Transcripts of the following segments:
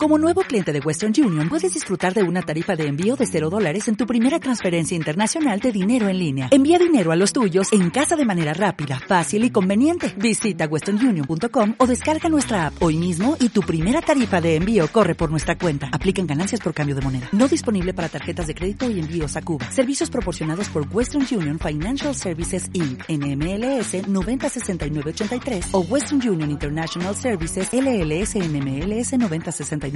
Como nuevo cliente de Western Union, puedes disfrutar de una tarifa de envío de $0 en tu primera transferencia internacional de dinero en línea. Envía dinero a los tuyos en casa de manera rápida, fácil y conveniente. Visita westernunion.com o descarga nuestra app hoy mismo y tu primera tarifa de envío corre por nuestra cuenta. Aplican ganancias por cambio de moneda. No disponible para tarjetas de crédito y envíos a Cuba. Servicios proporcionados por Western Union Financial Services Inc. NMLS 906983 o Western Union International Services LLS NMLS 906985.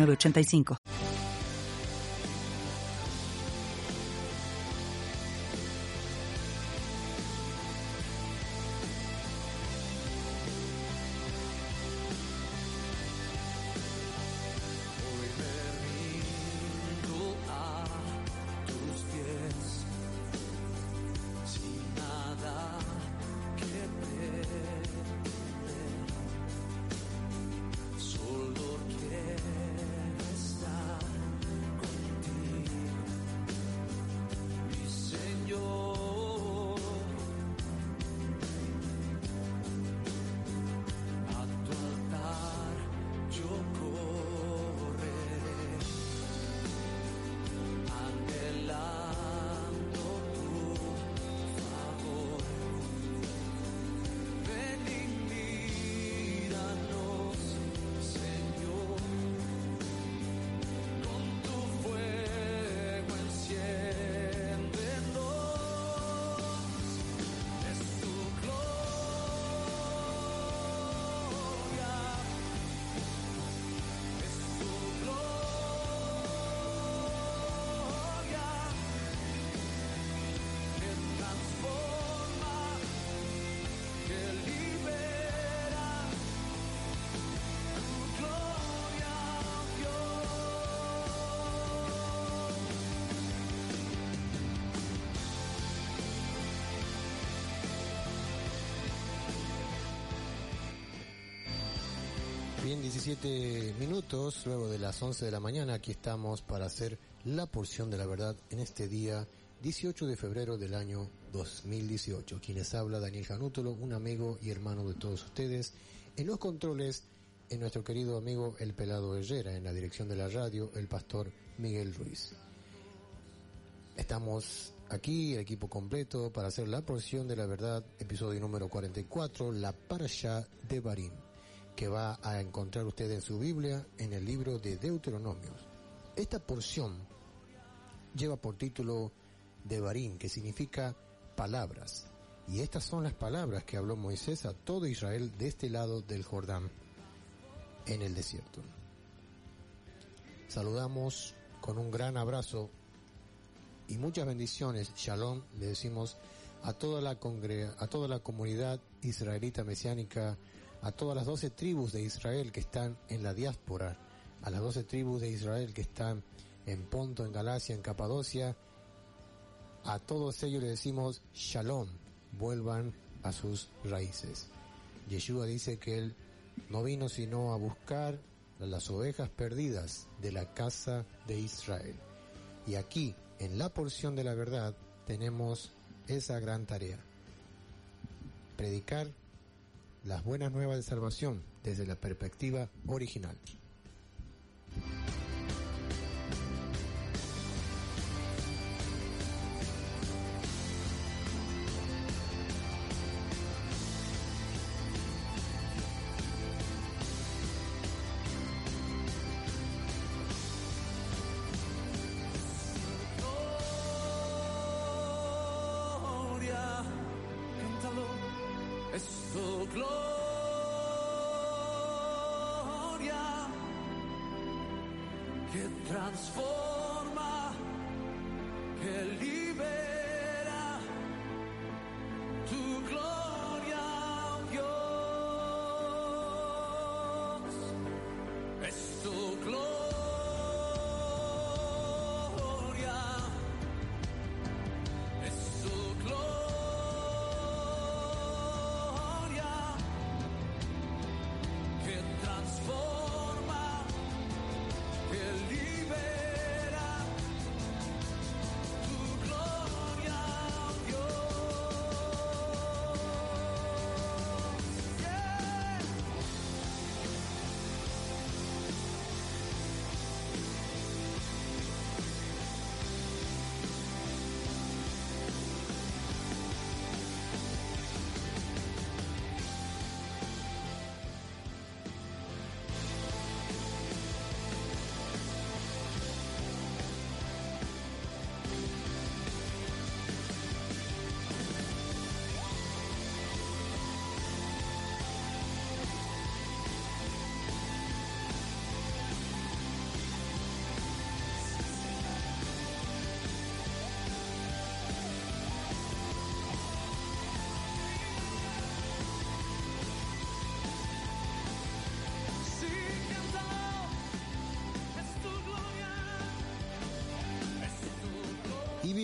Bien, 17 minutos, luego de las 11 de la mañana, aquí estamos para hacer la porción de la verdad en este día 18 de febrero del año 2018. Quienes habla, Daniel Janútolo, un amigo y hermano de todos ustedes. En los controles, en nuestro querido amigo El Pelado Herrera, en la dirección de la radio, el pastor Miguel Ruiz. Estamos aquí, el equipo completo, para hacer la porción de la verdad, episodio número 44, la Parashá de Barim, que va a encontrar usted en su Biblia en el libro de Deuteronomios. Esta porción lleva por título Devarim, que significa palabras. Y estas son las palabras que habló Moisés a todo Israel de este lado del Jordán, en el desierto. Saludamos con un gran abrazo y muchas bendiciones, Shalom, le decimos a toda la comunidad israelita mesiánica, a todas las 12 tribus de Israel que están en la diáspora, a las 12 tribus de Israel que están en Ponto, en Galacia, en Capadocia, a todos ellos les decimos Shalom, vuelvan a sus raíces. Yeshua dice que él no vino sino a buscar las ovejas perdidas de la casa de Israel. Y aquí, en la porción de la verdad, tenemos esa gran tarea: predicar las buenas nuevas de salvación desde la perspectiva original. Transforma, que libera, tu gloria, oh Dios, es tu gloria, es tu gloria, que transforma, que libera.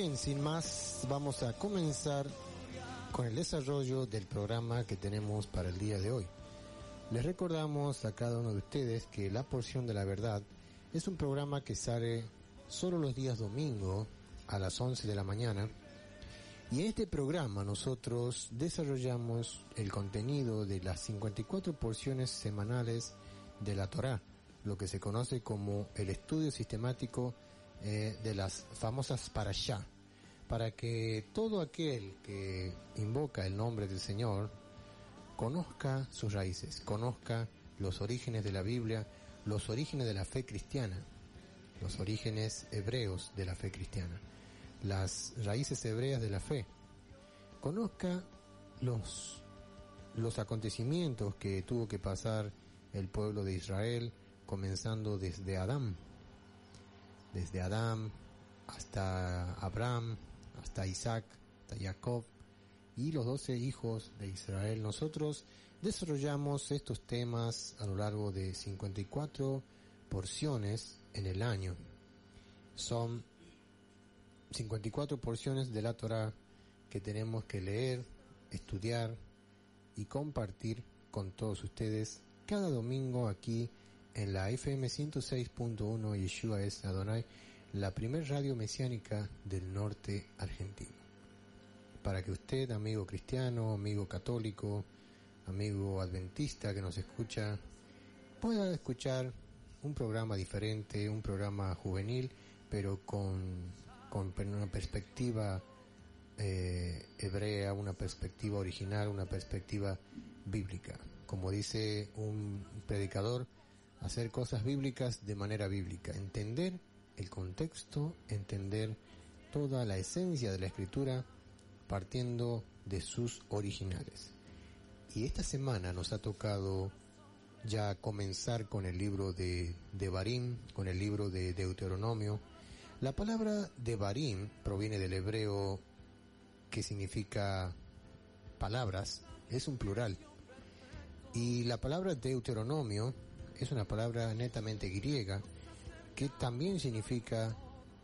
bien, sin más, vamos a comenzar con el desarrollo del programa que tenemos para el día de hoy. Les recordamos a cada uno de ustedes que La Porción de la Verdad es un programa que sale solo los días domingo a las 11 de la mañana. Y en este programa nosotros desarrollamos el contenido de las 54 porciones semanales de la Torá, lo que se conoce como el estudio sistemático de las famosas parashá, para que todo aquel que invoca el nombre del Señor conozca sus raíces, conozca los orígenes de la Biblia, los orígenes de la fe cristiana, los orígenes hebreos de la fe cristiana, las raíces hebreas de la fe, conozca los acontecimientos que tuvo que pasar el pueblo de Israel, comenzando desde Adán hasta Abraham, hasta Isaac, hasta Jacob y los 12 hijos de Israel. Nosotros desarrollamos estos temas a lo largo de 54 porciones en el año. Son 54 porciones de la Torá que tenemos que leer, estudiar y compartir con todos ustedes cada domingo aquí en la FM 106.1 Yeshua es Adonai, la primer radio mesiánica del norte argentino. Para que usted, amigo cristiano, amigo católico, amigo adventista que nos escucha, pueda escuchar un programa diferente, un programa juvenil, pero con una perspectiva hebrea, una perspectiva original, una perspectiva bíblica. Como dice un predicador, hacer cosas bíblicas de manera bíblica, entender el contexto, entender toda la esencia de la Escritura partiendo de sus originales. Y esta semana nos ha tocado ya comenzar con el libro de Devarim, con el libro de Deuteronomio. La palabra Devarim proviene del hebreo que significa palabras, es un plural. Y la palabra Deuteronomio es una palabra netamente griega que también significa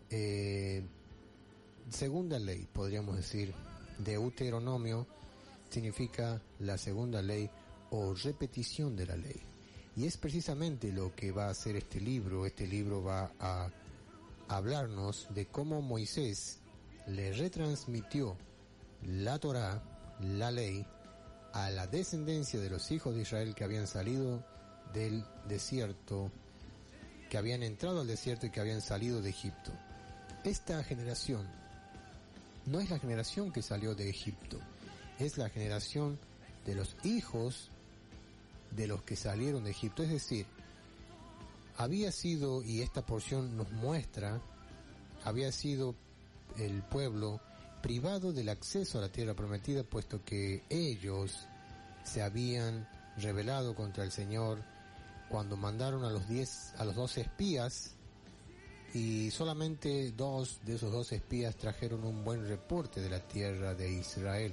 segunda ley, podríamos decir. Deuteronomio significa la segunda ley o repetición de la ley. Y es precisamente lo que va a hacer este libro. Este libro va a hablarnos de cómo Moisés le retransmitió la Torá, la ley, a la descendencia de los hijos de Israel que habían salido del desierto, que habían entrado al desierto y que habían salido de Egipto. Esta generación no es la generación que salió de Egipto, es la generación de los hijos de los que salieron de Egipto. Es decir, había sido, y esta porción nos muestra, había sido el pueblo privado del acceso a la tierra prometida, puesto que ellos se habían rebelado contra el Señor cuando mandaron a los 12 espías, y solamente 2 de esos 12 espías trajeron un buen reporte de la tierra de Israel.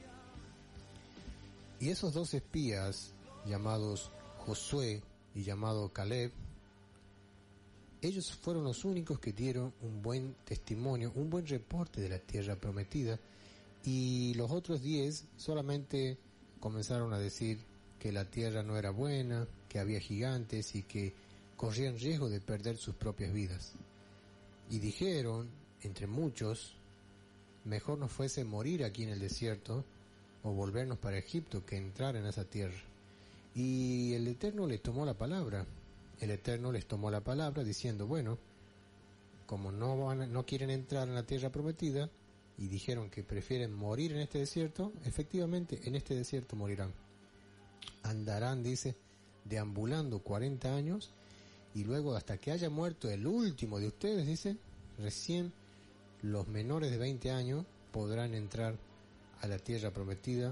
Y esos 2 espías, llamados Josué y llamado Caleb, ellos fueron los únicos que dieron un buen testimonio, un buen reporte de la tierra prometida, y los otros 10 solamente comenzaron a decir que la tierra no era buena, que había gigantes y que corrían riesgo de perder sus propias vidas. Y dijeron, entre muchos, mejor nos fuese morir aquí en el desierto o volvernos para Egipto que entrar en esa tierra. Y el Eterno les tomó la palabra. El Eterno les tomó la palabra diciendo, bueno, como no quieren entrar en la tierra prometida y dijeron que prefieren morir en este desierto, efectivamente en este desierto morirán. Andarán, dice, deambulando 40 años y luego hasta que haya muerto el último de ustedes, dice, recién los menores de 20 años podrán entrar a la tierra prometida,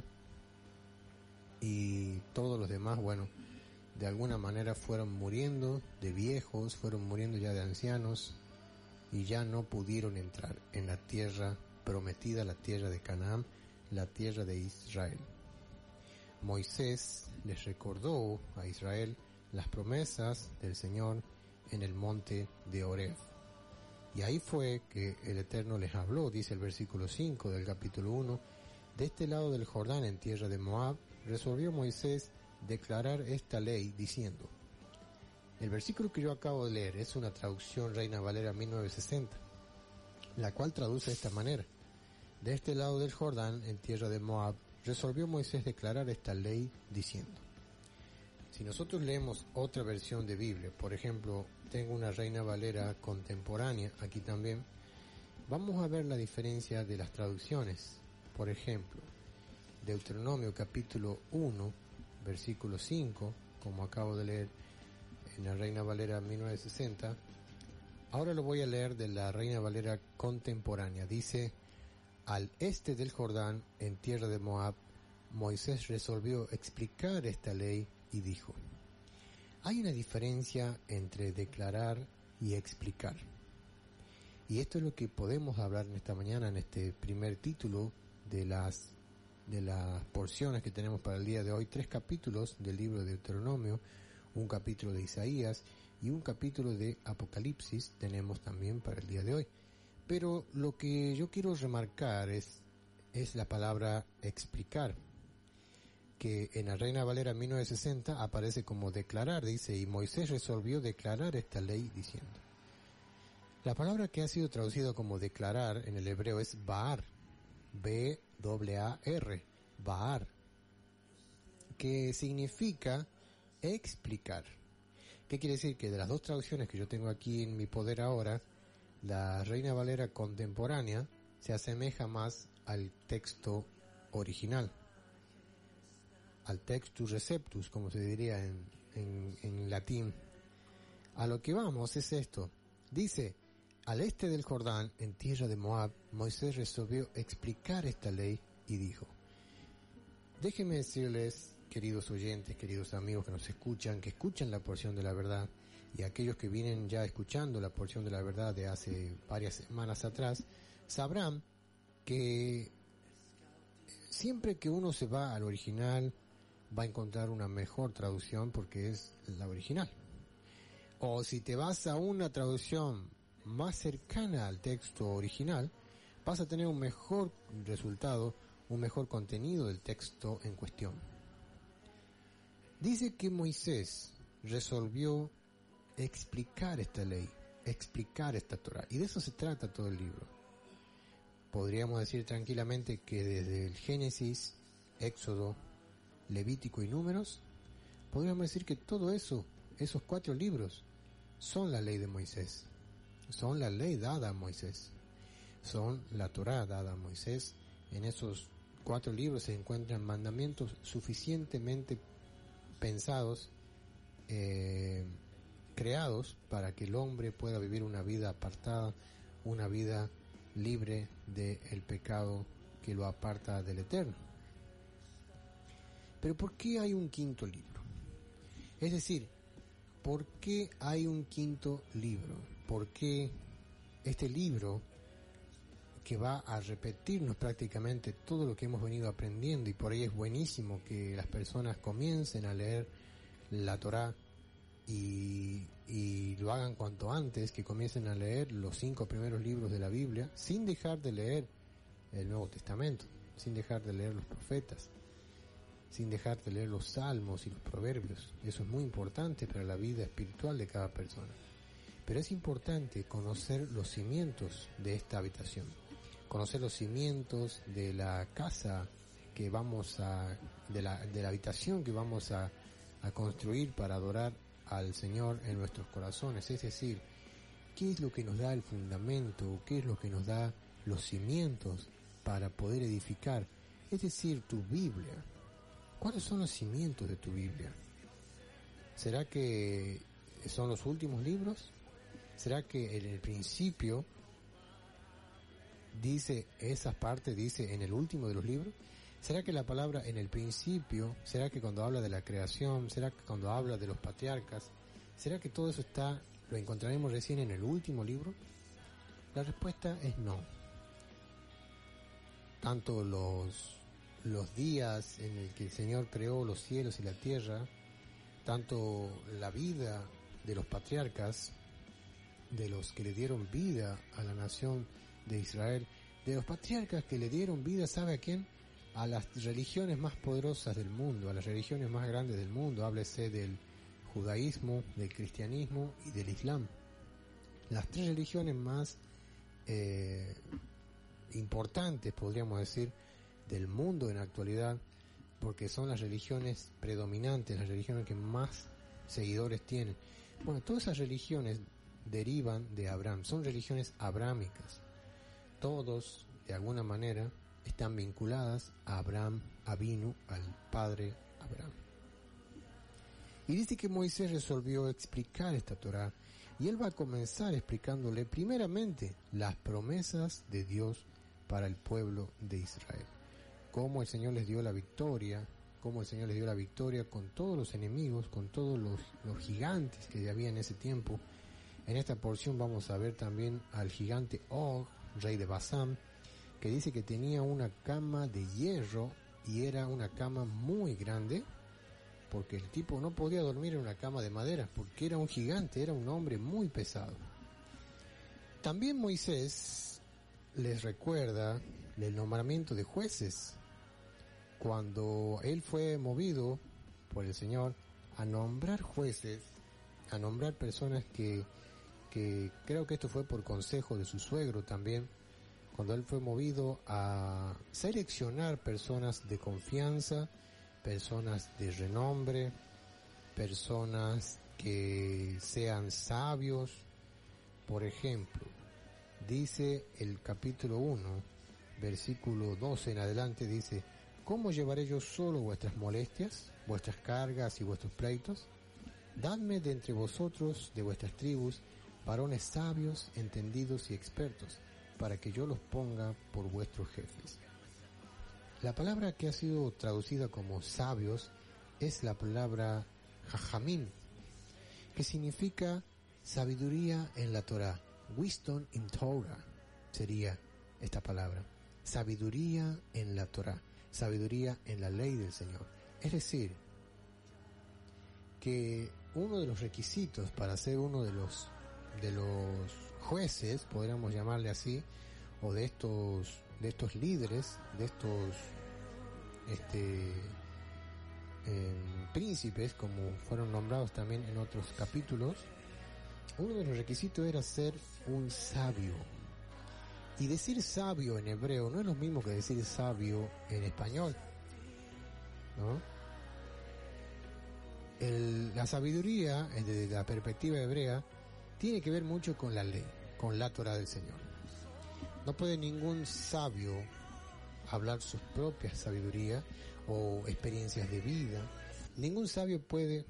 y todos los demás, bueno, de alguna manera fueron muriendo de viejos, fueron muriendo ya de ancianos y ya no pudieron entrar en la tierra prometida, la tierra de Canaán, la tierra de Israel. Moisés les recordó a Israel las promesas del Señor en el monte de Horeb. Y ahí fue que el Eterno les habló, dice el versículo 5 del capítulo 1, de este lado del Jordán, en tierra de Moab, resolvió Moisés declarar esta ley diciendo. El versículo que yo acabo de leer es una traducción Reina Valera 1960, la cual traduce de esta manera. De este lado del Jordán, en tierra de Moab, resolvió Moisés declarar esta ley diciendo. Si nosotros leemos otra versión de Biblia, por ejemplo, tengo una Reina Valera contemporánea aquí también, vamos a ver la diferencia de las traducciones. Por ejemplo, Deuteronomio capítulo 1, versículo 5, como acabo de leer en la Reina Valera 1960, ahora lo voy a leer de la Reina Valera contemporánea. Dice, al este del Jordán, en tierra de Moab, Moisés resolvió explicar esta ley y dijo. Hay una diferencia entre declarar y explicar. Y esto es lo que podemos hablar en esta mañana, en este primer título de las porciones que tenemos para el día de hoy. 3 capítulos del libro de Deuteronomio, un capítulo de Isaías y un capítulo de Apocalipsis tenemos también para el día de hoy. Pero lo que yo quiero remarcar es la palabra explicar, que en la Reina Valera 1960 aparece como declarar, dice, y Moisés resolvió declarar esta ley diciendo. La palabra que ha sido traducida como declarar en el hebreo es Ba'ar, B-A-R, Ba'ar, que significa explicar. ¿Qué quiere decir? Que de las dos traducciones que yo tengo aquí en mi poder ahora, la Reina Valera contemporánea se asemeja más al texto original, al textus receptus, como se diría en latín. A lo que vamos es esto. Dice, al este del Jordán, en tierra de Moab, Moisés resolvió explicar esta ley y dijo. Déjenme decirles, queridos oyentes, queridos amigos que nos escuchan, que escuchan la porción de la verdad, y aquellos que vienen ya escuchando la porción de la verdad de hace varias semanas atrás, sabrán que siempre que uno se va al original, va a encontrar una mejor traducción porque es la original. O si te vas a una traducción más cercana al texto original, vas a tener un mejor resultado, un mejor contenido del texto en cuestión. Dice que Moisés resolvió explicar esta ley, explicar esta Torah, y de eso se trata todo el libro. Podríamos decir tranquilamente que desde el Génesis, Éxodo, Levítico y Números, podríamos decir que todo eso, esos 4 libros, son la ley de Moisés, son la ley dada a Moisés, son la Torá dada a Moisés. En esos 4 libros se encuentran mandamientos suficientemente pensados, creados para que el hombre pueda vivir una vida apartada, una vida libre del pecado que lo aparta del Eterno. Pero ¿por qué hay un 5.º libro? Es decir, ¿por qué hay un 5.º libro? ¿Por qué este libro que va a repetirnos prácticamente todo lo que hemos venido aprendiendo? Y por ahí es buenísimo que las personas comiencen a leer la Torá y lo hagan cuanto antes, que comiencen a leer los 5 primeros libros de la Biblia, sin dejar de leer el Nuevo Testamento, sin dejar de leer los profetas, sin dejar de leer los salmos y los proverbios. Eso es muy importante para la vida espiritual de cada persona. Pero es importante conocer los cimientos de esta habitación, conocer los cimientos de la casa que vamos de la habitación que vamos a construir para adorar al Señor en nuestros corazones. Es decir, ¿qué es lo que nos da el fundamento? ¿Qué es lo que nos da los cimientos para poder edificar? Es decir, tu Biblia. ¿Cuáles son los cimientos de tu Biblia? ¿Será que son los últimos libros? ¿Será que en el principio dice esas partes, dice en el último de los libros? ¿Será que la palabra en el principio, será que cuando habla de la creación, será que cuando habla de los patriarcas, será que todo eso lo encontraremos recién en el último libro? La respuesta es no. Tanto los días en el que el Señor creó los cielos y la tierra, tanto la vida de los patriarcas, de los que le dieron vida a la nación de Israel, de los patriarcas que le dieron vida, ¿sabe a quién? A las religiones más poderosas del mundo, a las religiones más grandes del mundo, háblese del judaísmo, del cristianismo y del islam. Las tres religiones más importantes, podríamos decir, del mundo en la actualidad, porque son las religiones predominantes, las religiones que más seguidores tienen. Bueno, todas esas religiones derivan de Abraham, son religiones abrámicas. Todos, de alguna manera, están vinculadas a Abraham Avinu, al padre Abraham. Y dice que Moisés resolvió explicar esta Torá, y él va a comenzar explicándole primeramente las promesas de Dios para el pueblo de Israel. Cómo el Señor les dio la victoria, cómo el Señor les dio la victoria con todos los enemigos, con todos los gigantes que había en ese tiempo. En esta porción vamos a ver también al gigante Og, rey de Basán, que dice que tenía una cama de hierro y era una cama muy grande, porque el tipo no podía dormir en una cama de madera, porque era un gigante, era un hombre muy pesado. También Moisés les recuerda el nombramiento de jueces, cuando él fue movido por el Señor a nombrar jueces, a nombrar personas que creo que esto fue por consejo de su suegro también, cuando él fue movido a seleccionar personas de confianza, personas de renombre, personas que sean sabios. Por ejemplo, dice el capítulo 1, versículo 12 en adelante, dice: ¿cómo llevaré yo solo vuestras molestias, vuestras cargas y vuestros pleitos? Dadme de entre vosotros, de vuestras tribus, varones sabios, entendidos y expertos, para que yo los ponga por vuestros jefes. La palabra que ha sido traducida como sabios es la palabra jajamim, que significa sabiduría en la Torah. Wisdom in Torah sería esta palabra. Sabiduría en la Torah, sabiduría en la ley del Señor. Es decir, que uno de los requisitos para ser uno de los jueces, podríamos llamarle así, o de estos líderes, de estos príncipes, como fueron nombrados también en otros capítulos, uno de los requisitos era ser un sabio. Y decir sabio en hebreo no es lo mismo que decir sabio en español, ¿no? La sabiduría, desde la perspectiva hebrea, tiene que ver mucho con la ley, con la Torah del Señor. No puede ningún sabio hablar su propia sabiduría o experiencias de vida. Ningún sabio puede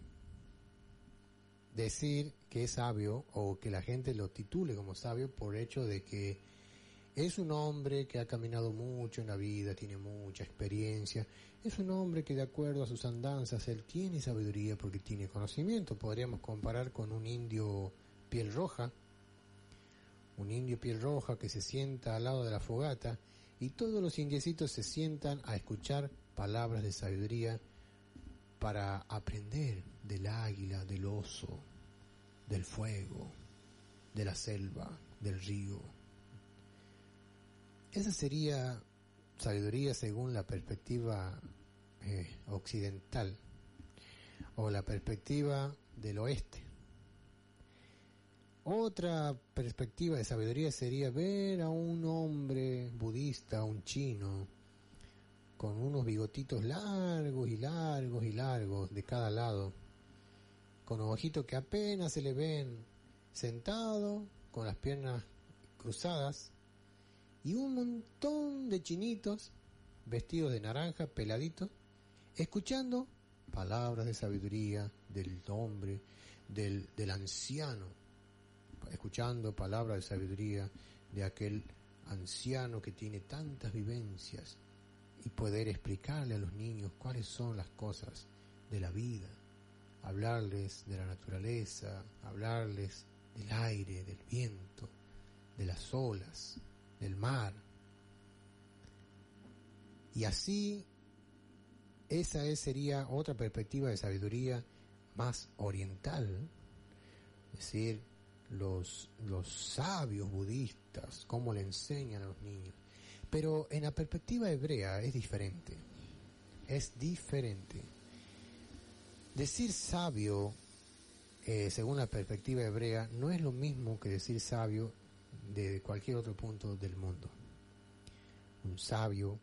decir que es sabio o que la gente lo titule como sabio por hecho de que es un hombre que ha caminado mucho en la vida, tiene mucha experiencia. Es un hombre que de acuerdo a sus andanzas, él tiene sabiduría porque tiene conocimiento. Podríamos comparar con un indio piel roja. Un indio piel roja que se sienta al lado de la fogata y todos los indiecitos se sientan a escuchar palabras de sabiduría para aprender del águila, del oso, del fuego, de la selva, del río. Esa sería sabiduría según la perspectiva occidental o la perspectiva del oeste. Otra perspectiva de sabiduría sería ver a un hombre budista, un chino, con unos bigotitos largos y largos y largos de cada lado, con ojitos que apenas se le ven, sentado, con las piernas cruzadas, y un montón de chinitos vestidos de naranja, peladitos, escuchando palabras de sabiduría del hombre, del anciano, escuchando palabras de sabiduría de aquel anciano que tiene tantas vivencias y poder explicarle a los niños cuáles son las cosas de la vida, hablarles de la naturaleza, hablarles del aire, del viento, de las olas, del mar. Y así, esa sería otra perspectiva de sabiduría más oriental, es decir, los sabios budistas, cómo le enseñan a los niños. Pero en la perspectiva hebrea es diferente. Es diferente. Decir sabio, según la perspectiva hebrea, no es lo mismo que decir sabio de cualquier otro punto del mundo. Un sabio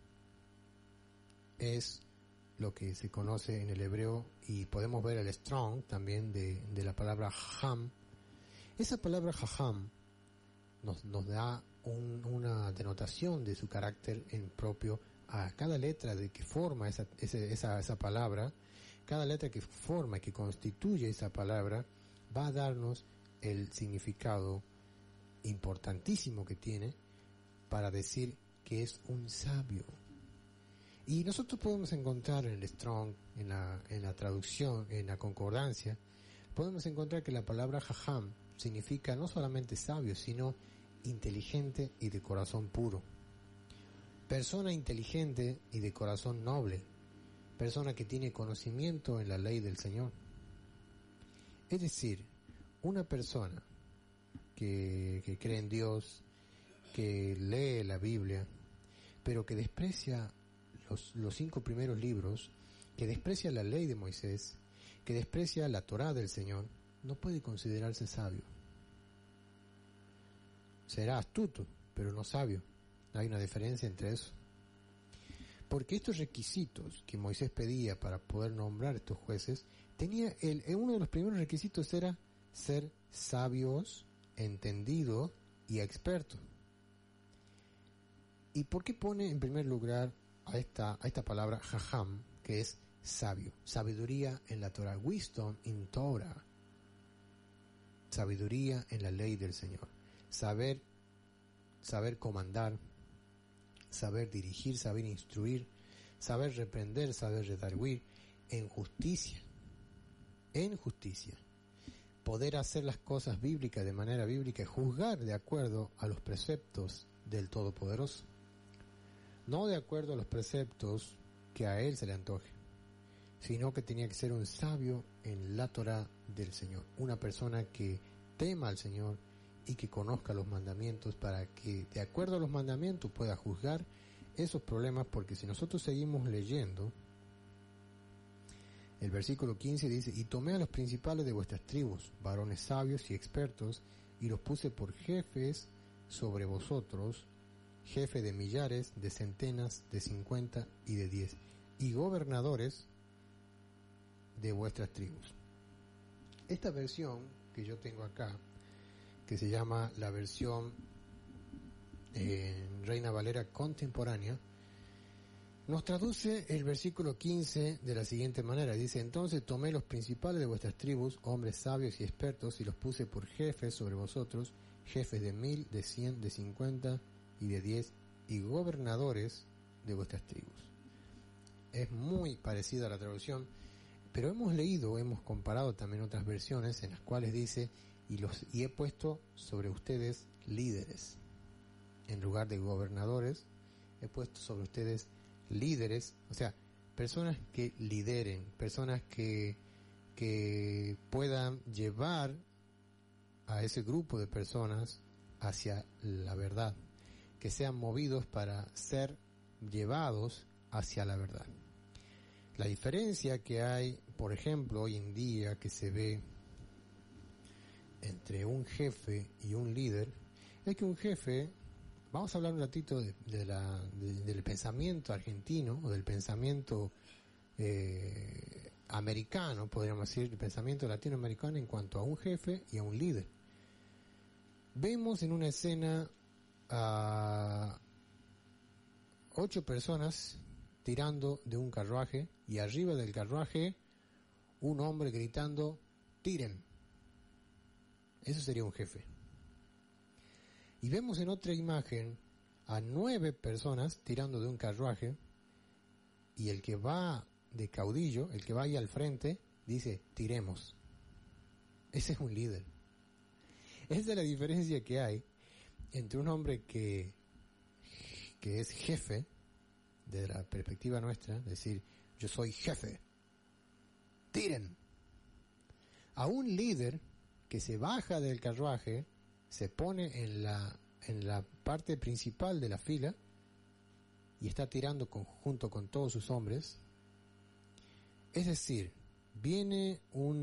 es lo que se conoce en el hebreo, y podemos ver el strong también de la palabra jajam. Esa palabra jajam nos da una denotación de su carácter en propio a cada letra de que forma esa palabra. Cada letra que forma, que constituye esa palabra, va a darnos el significado importantísimo que tiene para decir que es un sabio. Y nosotros podemos encontrar en el Strong, en la traducción, en la concordancia, podemos encontrar que la palabra jajam significa no solamente sabio, sino inteligente y de corazón puro. Persona inteligente y de corazón noble. Persona que tiene conocimiento en la ley del Señor. Es decir, una persona que cree en Dios, que lee la Biblia, pero que desprecia los 5 primeros libros, que desprecia la ley de Moisés, que desprecia la Torá del Señor, no puede considerarse sabio. Será astuto, pero no sabio. Hay una diferencia entre eso. Porque estos requisitos que Moisés pedía para poder nombrar estos jueces, uno de los primeros requisitos era ser sabios, entendidos y expertos. ¿Y por qué pone en primer lugar a esta palabra jajam, que es sabio? Sabiduría en la Torah, wisdom in Torah. Sabiduría en la ley del Señor. Saber comandar, saber dirigir, saber instruir, saber reprender, saber redarguir, en justicia. Poder hacer las cosas bíblicas de manera bíblica y juzgar de acuerdo a los preceptos del Todopoderoso. No de acuerdo a los preceptos que a él se le antoje, sino que tenía que ser un sabio en la Torá del Señor. Una persona que tema al Señor y que conozca los mandamientos, para que de acuerdo a los mandamientos pueda juzgar esos problemas. Porque si nosotros seguimos leyendo, el versículo 15 dice: y tomé a los principales de vuestras tribus, varones sabios y expertos, y los puse por jefes sobre vosotros, jefe de millares, de centenas, de 50 y de 10, y gobernadores de vuestras tribus. Esta versión que yo tengo acá, que se llama la versión Reina Valera contemporánea, nos traduce el versículo 15 de la siguiente manera. Dice: entonces tomé los principales de vuestras tribus, hombres sabios y expertos, y los puse por jefes sobre vosotros, jefes de 1000, de 100, de 50 y de 10, y gobernadores de vuestras tribus. Es muy parecida a la traducción, pero hemos comparado también otras versiones en las cuales dice: y he puesto sobre ustedes líderes. En lugar de gobernadores, he puesto sobre ustedes líderes, o sea, personas que lideren, personas que puedan llevar a ese grupo de personas hacia la verdad, que sean movidos para ser llevados hacia la verdad. La diferencia que hay, por ejemplo, hoy en día, que se ve entre un jefe y un líder, es que un jefe, vamos a hablar un ratito del pensamiento argentino, o del pensamiento americano, podríamos decir, el pensamiento latinoamericano en cuanto a un jefe y a un líder. Vemos en una escena a 8 personas tirando de un carruaje, y arriba del carruaje un hombre gritando: tiren. Eso sería un jefe. Y vemos en otra imagen a 9 personas tirando de un carruaje, y el que va de caudillo, el que va ahí al frente, dice: tiremos. Ese es un líder. Esa es la diferencia que hay entre un hombre que es jefe, de la perspectiva nuestra, es decir, yo soy jefe, tiren, a un líder que se baja del carruaje, se pone en la parte principal de la fila y está tirando junto con todos sus hombres. Es decir, viene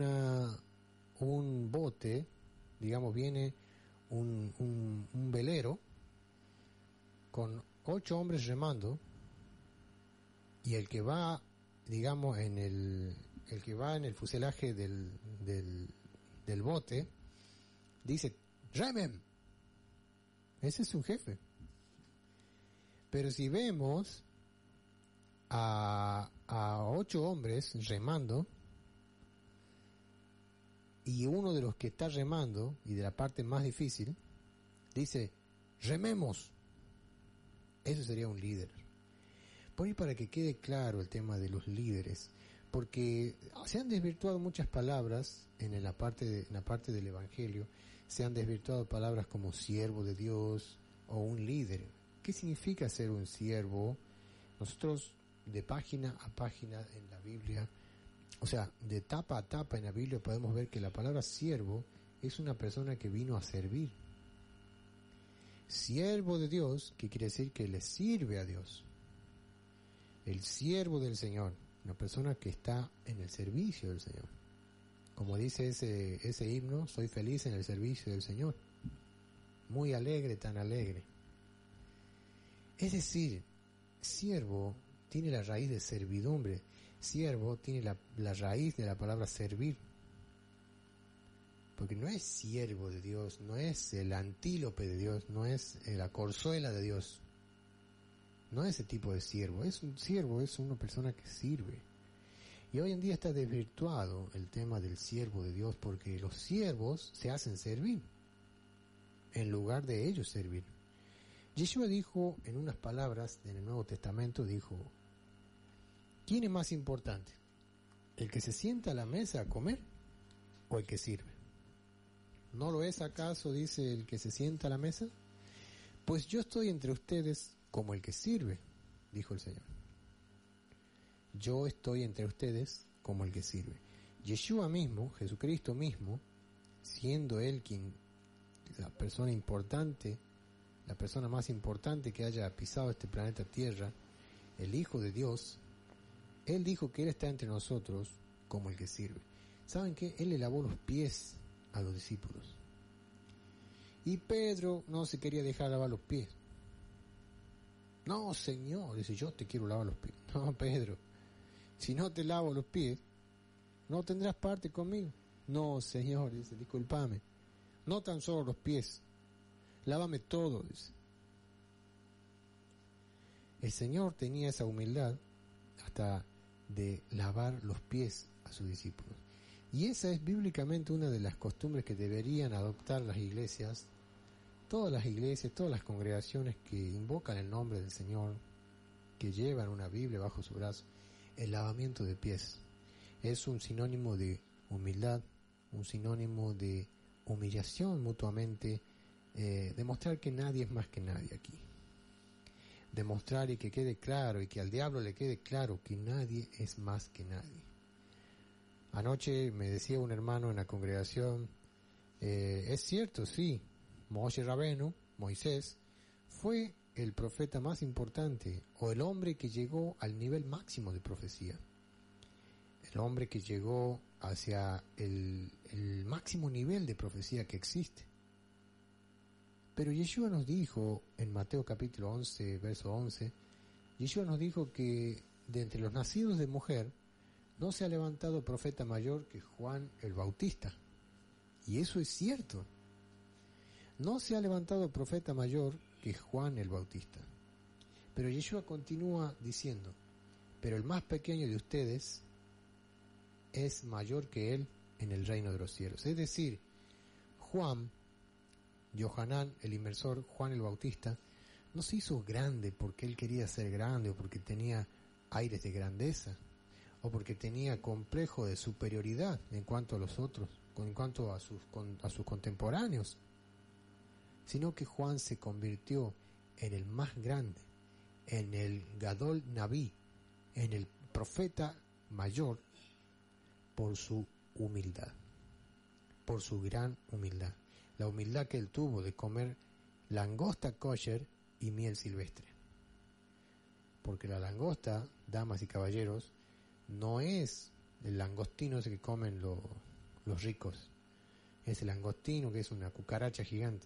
un bote, digamos, viene un velero con 8 hombres remando, y el que va, digamos, el que va en el fuselaje del bote dice: ¡remen! Ese es un jefe. Pero si vemos a 8 hombres remando, y uno de los que está remando, y de la parte más difícil, dice: ¡rememos! Eso sería un líder. Por ahí, para que quede claro el tema de los líderes, porque se han desvirtuado muchas palabras en la parte del Evangelio. Se han desvirtuado palabras como siervo de Dios o un líder. ¿Qué significa ser un siervo? Nosotros, de página a página en la Biblia, o sea, de tapa a tapa en la Biblia, podemos ver que la palabra siervo es una persona que vino a servir. Siervo de Dios, que quiere decir que le sirve a Dios. El siervo del Señor, una persona que está en el servicio del Señor. Como dice ese himno: soy feliz en el servicio del Señor. Muy alegre, tan alegre. Es decir, siervo tiene la raíz de servidumbre. Siervo tiene la raíz de la palabra servir. Porque no es siervo de Dios, no es el antílope de Dios, no es la corzuela de Dios. No es ese tipo de siervo. Es un siervo, es una persona que sirve. Y hoy en día está desvirtuado el tema del siervo de Dios, porque los siervos se hacen servir en lugar de ellos servir. Yeshua dijo en unas palabras en el Nuevo Testamento, dijo: ¿quién es más importante? ¿El que se sienta a la mesa a comer o el que sirve? ¿No lo es acaso, dice, el que se sienta a la mesa? Pues yo estoy entre ustedes como el que sirve, dijo el Señor. Yo estoy entre ustedes como el que sirve. Yeshua mismo, Jesucristo mismo, siendo Él la persona importante, la persona más importante que haya pisado este planeta Tierra, el Hijo de Dios, Él dijo que Él está entre nosotros como el que sirve. ¿Saben qué? Él le lavó los pies a los discípulos. Y Pedro no se quería dejar lavar los pies. No, Señor, dice: yo te quiero lavar los pies. No, Pedro, si no te lavo los pies, no tendrás parte conmigo. No, Señor, dice: discúlpame, no tan solo los pies, lávame todo, dice. El Señor tenía esa humildad hasta de lavar los pies a sus discípulos. Y esa es bíblicamente una de las costumbres que deberían adoptar las iglesias, todas las congregaciones que invocan el nombre del Señor, que llevan una Biblia bajo su brazo. El lavamiento de pies es un sinónimo de humildad, un sinónimo de humillación mutuamente, demostrar que nadie es más que nadie aquí. Demostrar y que quede claro, y que al diablo le quede claro que nadie es más que nadie. Anoche me decía un hermano en la congregación, es cierto, sí, Moshe Rabenu, Moisés, fue el profeta más importante, o el hombre que llegó al nivel máximo de profecía. El hombre que llegó hacia el máximo nivel de profecía que existe. Pero Yeshua nos dijo, en Mateo capítulo 11, verso 11, Yeshua nos dijo que de entre los nacidos de mujer no se ha levantado profeta mayor que Juan el Bautista. Y eso es cierto. No se ha levantado profeta mayor que Juan el Bautista. Pero Yeshua continúa diciendo: pero el más pequeño de ustedes es mayor que él en el reino de los cielos. Es decir, Juan, Yohanan el inmersor, Juan el Bautista, no se hizo grande porque él quería ser grande, o porque tenía aires de grandeza, o porque tenía complejo de superioridad en cuanto a los otros, en cuanto a sus contemporáneos, sino que Juan se convirtió en el más grande, en el Gadol Naví, en el profeta mayor, por su humildad. por su gran humildad. La humildad que él tuvo de comer langosta kosher y miel silvestre. Porque la langosta, damas y caballeros, no es el langostino ese que comen los ricos. Es el langostino que es una cucaracha gigante.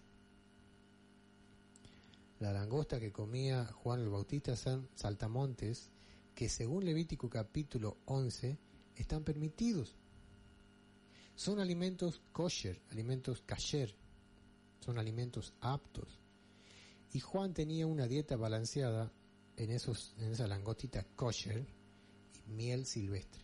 La langosta que comía Juan el Bautista son saltamontes que según Levítico capítulo 11 están permitidos. Son alimentos kosher, alimentos kasher, son alimentos aptos. Y Juan tenía una dieta balanceada en esa langostita kosher y miel silvestre.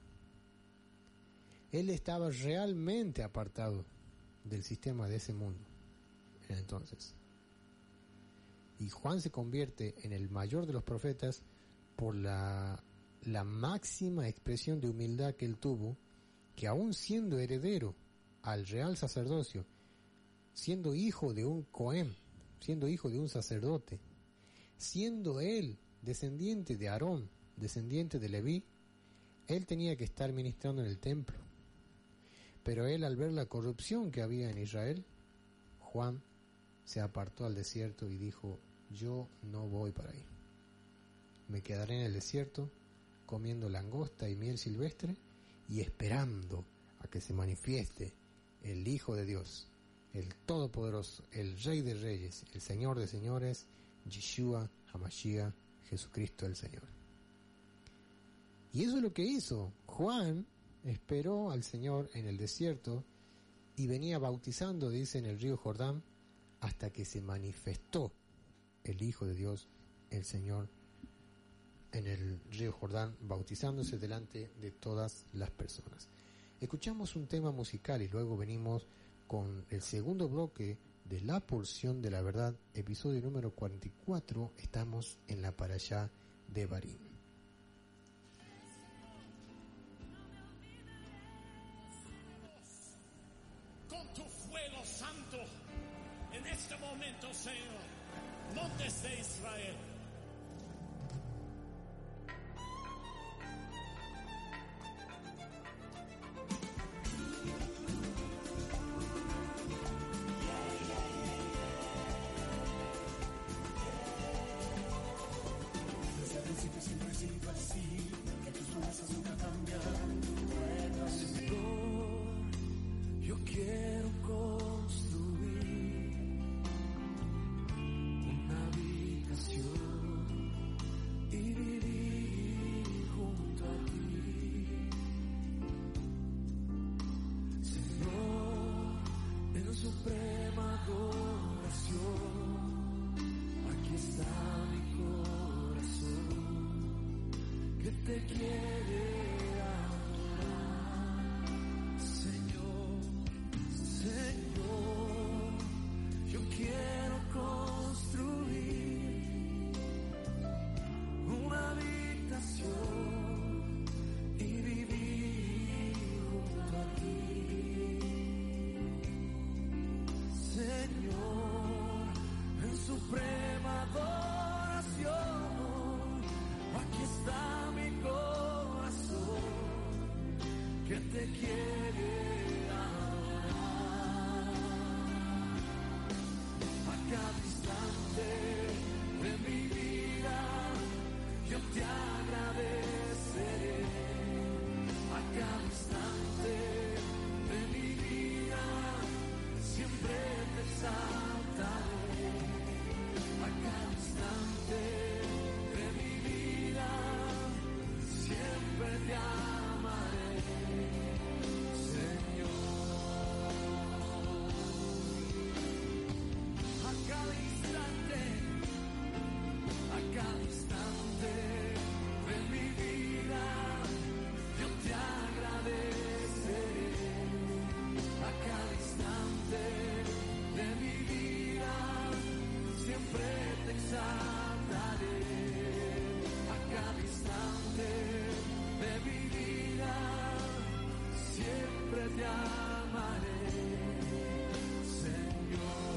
Él estaba realmente apartado del sistema de ese mundo en entonces. Y Juan se convierte en el mayor de los profetas por la máxima expresión de humildad que él tuvo, que aún siendo heredero al real sacerdocio, siendo hijo de un Cohen, siendo hijo de un sacerdote, siendo él descendiente de Aarón, descendiente de Leví, él tenía que estar ministrando en el templo. Pero él, al ver la corrupción que había en Israel, Juan se apartó al desierto y dijo: yo no voy para ahí. Me quedaré en el desierto comiendo langosta y miel silvestre y esperando a que se manifieste el Hijo de Dios, el Todopoderoso, el Rey de Reyes, el Señor de Señores, Yeshua HaMashiach, Jesucristo el Señor. Y eso es lo que hizo. Juan esperó al Señor en el desierto y venía bautizando, dice, en el río Jordán, hasta que se manifestó el Hijo de Dios, el Señor, en el río Jordán, bautizándose delante de todas las personas. Escuchamos un tema musical y luego venimos con el segundo bloque de La Porción de la Verdad, episodio número 44. Estamos en la parashá de Barim. Con tu fuego santo en este momento, Señor, montes de Israel. Yo quiero construir una habitación y vivir junto a ti, Señor, en suprema adoración. Aquí está mi corazón que te quiere. Señor, yo quiero construir una habitación y vivir junto a ti. Señor, en suprema adoración, aquí está mi corazón que te quiere. Cada instante de mi vida yo te agradeceré. A cada instante de mi vida siempre te exaltaré. A cada instante de mi vida siempre te amaré, Señor. A cada instante de mi vida yo te agradeceré. A cada instante de mi vida siempre te exaltaré. A cada instante de mi vida siempre te amaré, Señor.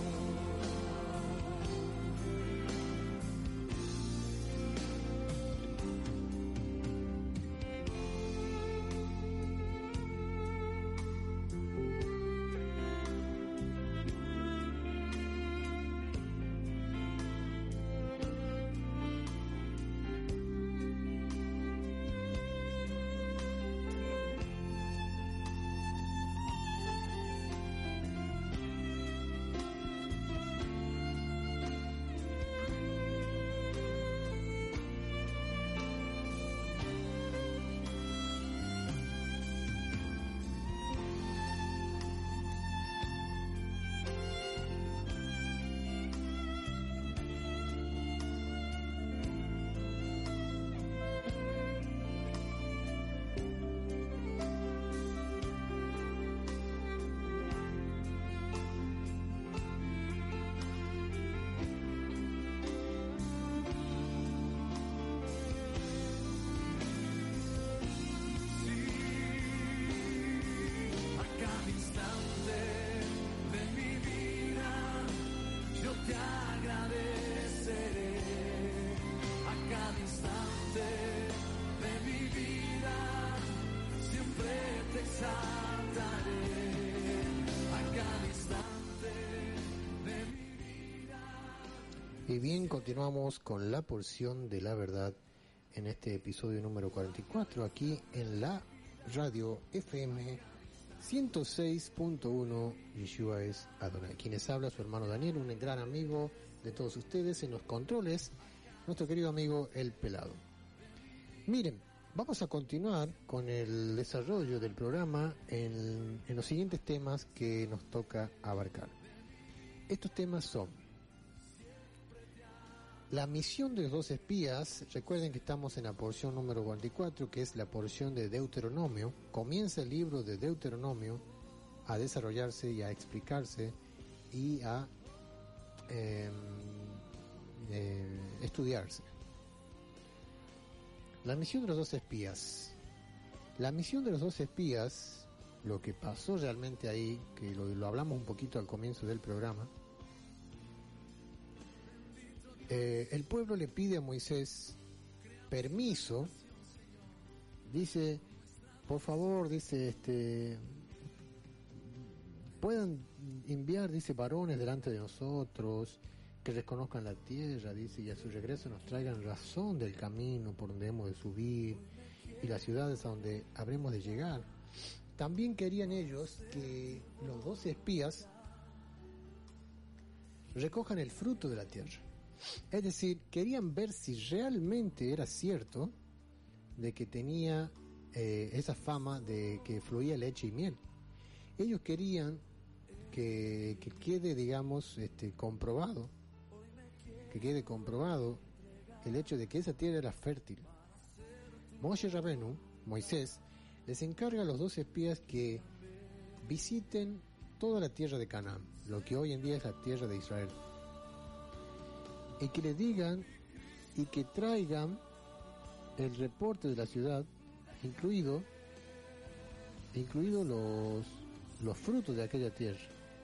te agradeceré a cada instante de mi vida, siempre te exaltaré a cada instante de mi vida. Y bien, continuamos con la porción de la verdad en este episodio número 44, aquí en la radio FM 106.1, Yeshua es Adonai. Quienes habla su hermano Daniel, un gran amigo de todos ustedes en los controles, nuestro querido amigo El Pelado. Miren, vamos a continuar con el desarrollo del programa en los siguientes temas que nos toca abarcar. Estos temas son la misión de los 2 espías. Recuerden que estamos en la porción número 44, que es la porción de Deuteronomio. Comienza el libro de Deuteronomio a desarrollarse y a explicarse y a estudiarse. La misión de los 2 espías. La misión de los 2 espías, lo que pasó realmente ahí, que lo hablamos un poquito al comienzo del programa. El pueblo le pide a Moisés permiso, dice, por favor, dice, puedan enviar, dice, varones delante de nosotros, que reconozcan la tierra, dice, y a su regreso nos traigan razón del camino por donde hemos de subir y las ciudades a donde habremos de llegar. También querían ellos que los 12 espías recojan el fruto de la tierra. Es decir, querían ver si realmente era cierto de que tenía esa fama de que fluía leche y miel. Ellos querían que quede, digamos, comprobado, que quede comprobado el hecho de que esa tierra era fértil. Moshe Rabenu, Moisés, les encarga a los 12 espías que visiten toda la tierra de Canaán, lo que hoy en día es la tierra de Israel, y que le digan y que traigan el reporte de la ciudad, incluido los frutos de aquella tierra.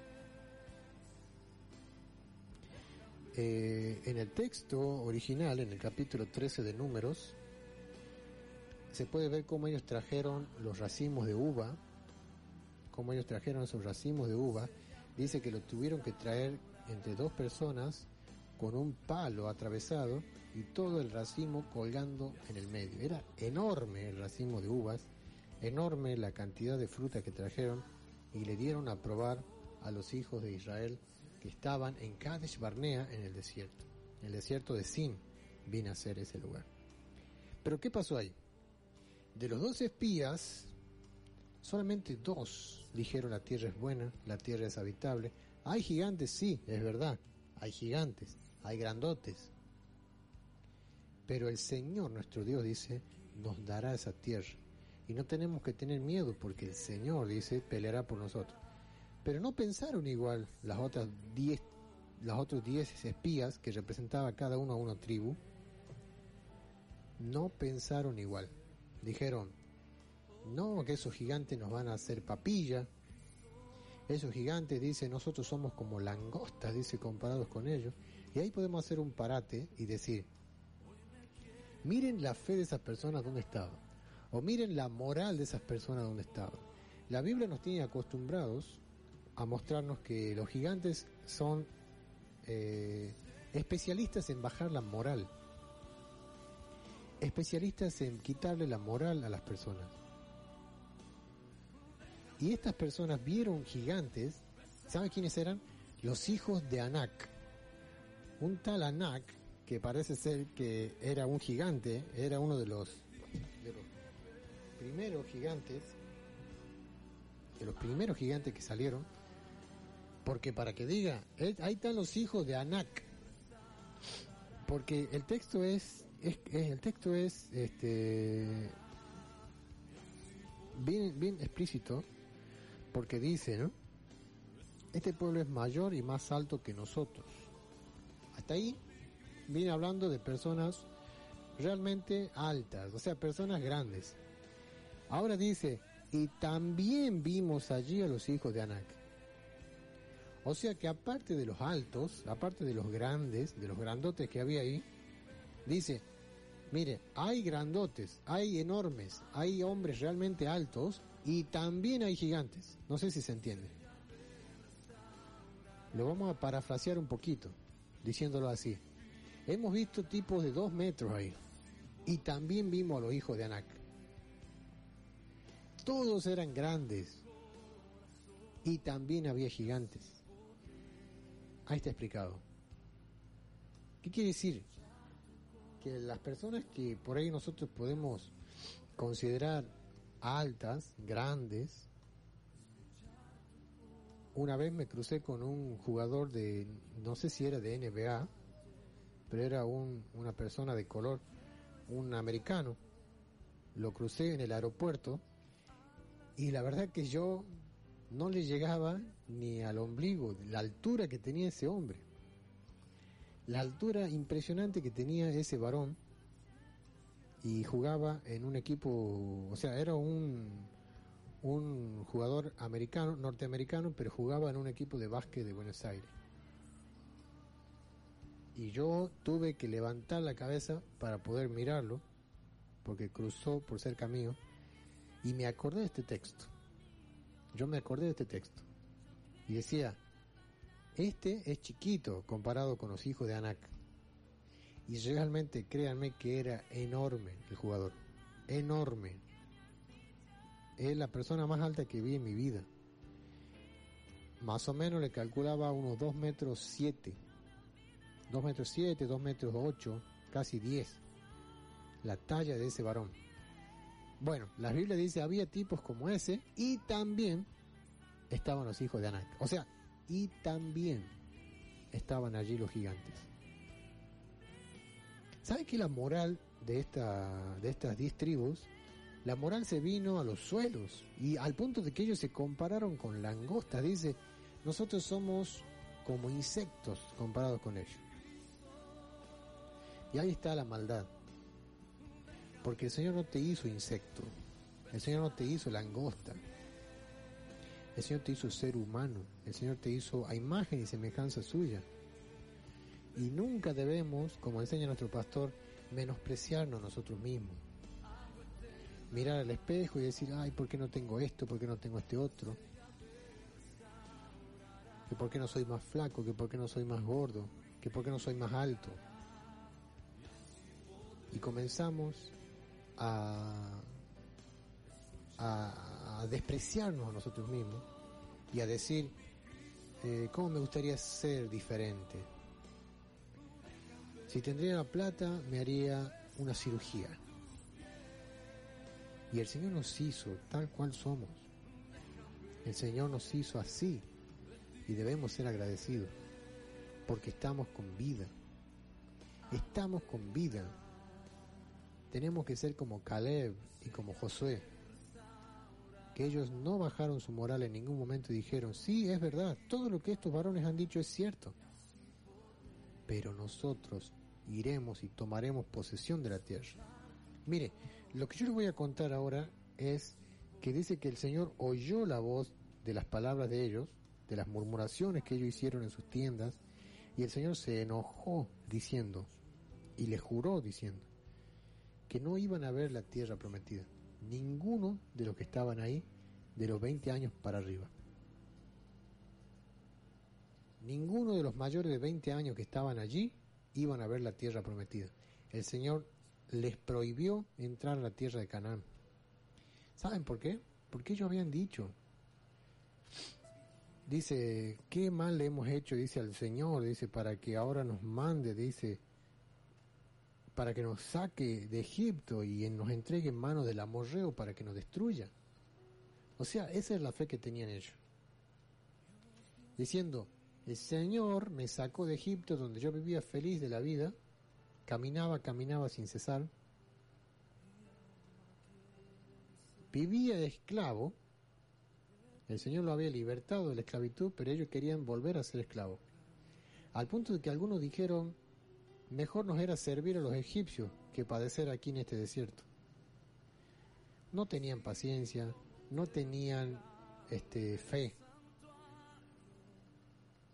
En el texto original, en el capítulo 13 de Números, se puede ver cómo ellos trajeron los racimos de uva, cómo ellos trajeron esos racimos de uva. Dice que lo tuvieron que traer entre 2 personas con un palo atravesado y todo el racimo colgando en el medio. Era enorme el racimo de uvas, enorme la cantidad de fruta que trajeron, y le dieron a probar a los hijos de Israel que estaban en Kadesh Barnea, en el desierto de Sin vino a ser ese lugar. Pero ¿qué pasó ahí? De los 12 espías, solamente 2 dijeron la tierra es buena, la tierra es habitable. Hay gigantes, sí, es verdad, hay gigantes, hay grandotes, pero el Señor nuestro Dios dice nos dará esa tierra y no tenemos que tener miedo porque el Señor dice peleará por nosotros. Pero no pensaron igual los otros 10 espías que representaba cada uno a una tribu. No pensaron igual. Dijeron, no, que esos gigantes nos van a hacer papilla. Esos gigantes, dice, nosotros somos como langostas, dice, comparados con ellos. Y ahí podemos hacer un parate y decir, miren la fe de esas personas donde estaba, o miren la moral de esas personas donde estaba. La Biblia nos tiene acostumbrados a mostrarnos que los gigantes son especialistas en bajar la moral, especialistas en quitarle la moral a las personas. Y estas personas vieron gigantes. ¿Saben quiénes eran? Los hijos de Anak. Un tal Anak, que parece ser que era un gigante, era uno de los primeros gigantes, que salieron, porque para que diga, ahí están los hijos de Anak, porque el texto es bien explícito, porque dice, ¿no? Este pueblo es mayor y más alto que nosotros. Hasta ahí viene hablando de personas realmente altas, o sea, personas grandes. Ahora dice, y también vimos allí a los hijos de Anak. O sea que aparte de los altos, aparte de los grandes, de los grandotes que había ahí, dice, mire, hay grandotes, hay enormes, hay hombres realmente altos y también hay gigantes. No sé si se entiende. Lo vamos a parafrasear un poquito, diciéndolo así. Hemos visto tipos de 2 metros ahí y también vimos a los hijos de Anak. Todos eran grandes y también había gigantes. Ahí está explicado. ¿Qué quiere decir? Que las personas que por ahí nosotros podemos considerar altas, grandes. Una vez me crucé con un jugador de, no sé si era de NBA, pero era una persona de color, un americano. Lo crucé en el aeropuerto y la verdad que yo no le llegaba ni al ombligo, la altura que tenía ese hombre. La altura impresionante que tenía ese varón, y jugaba en un equipo, o sea, era un jugador americano, norteamericano, pero jugaba en un equipo de básquet de Buenos Aires. Y yo tuve que levantar la cabeza para poder mirarlo, porque cruzó por cerca mío, y me acordé de este texto. Yo me acordé de este texto. Y decía, este es chiquito comparado con los hijos de Anak. Y realmente, créanme que era enorme el jugador. Enorme. Es la persona más alta que vi en mi vida. Más o menos le calculaba unos 2 metros 7. 2 metros 7, 2 metros 8, casi 10. La talla de ese varón. Bueno, la Biblia dice, había tipos como ese y también estaban los hijos de Anak. O sea, y también estaban allí los gigantes. ¿Sabe que la moral de estas 10 tribus, la moral se vino a los suelos y al punto de que ellos se compararon con langostas? Dice, nosotros somos como insectos comparados con ellos. Y ahí está la maldad. Porque el Señor no te hizo insecto, el Señor no te hizo langosta, el Señor te hizo ser humano, el Señor te hizo a imagen y semejanza suya. Y nunca debemos, como enseña nuestro pastor, menospreciarnos nosotros mismos. Mirar al espejo y decir, ay, ¿por qué no tengo esto? ¿Por qué no tengo este otro? ¿Que por qué no soy más flaco? ¿Que por qué no soy más gordo? ¿Que por qué no soy más alto? Y comenzamos a despreciarnos a nosotros mismos y a decir, ¿cómo me gustaría ser diferente? Si tendría la plata, me haría una cirugía. Y el Señor nos hizo tal cual somos. El Señor nos hizo así y debemos ser agradecidos porque estamos con vida. Estamos con vida. Tenemos que ser como Caleb y como Josué, que ellos no bajaron su moral en ningún momento y dijeron, sí, es verdad, todo lo que estos varones han dicho es cierto, pero nosotros iremos y tomaremos posesión de la tierra. Mire, lo que yo les voy a contar ahora es que dice que el Señor oyó la voz de las palabras de ellos, de las murmuraciones que ellos hicieron en sus tiendas, y el Señor se enojó diciendo, y le juró diciendo, que no iban a ver la tierra prometida. Ninguno de los que estaban ahí, de los 20 años para arriba. Ninguno de los mayores de 20 años que estaban allí iban a ver la tierra prometida. El Señor les prohibió entrar a la tierra de Canaán. ¿Saben por qué? Porque ellos habían dicho, dice, qué mal le hemos hecho, dice al Señor, dice, para que ahora nos mande, dice, para que nos saque de Egipto y nos entregue en manos del amorreo para que nos destruya. O sea, esa es la fe que tenían ellos. Diciendo, el Señor me sacó de Egipto donde yo vivía feliz de la vida, caminaba sin cesar, vivía de esclavo, el Señor lo había libertado de la esclavitud, pero ellos querían volver a ser esclavos. Al punto de que algunos dijeron, mejor nos era servir a los egipcios que padecer aquí en este desierto. No tenían paciencia, no tenían fe.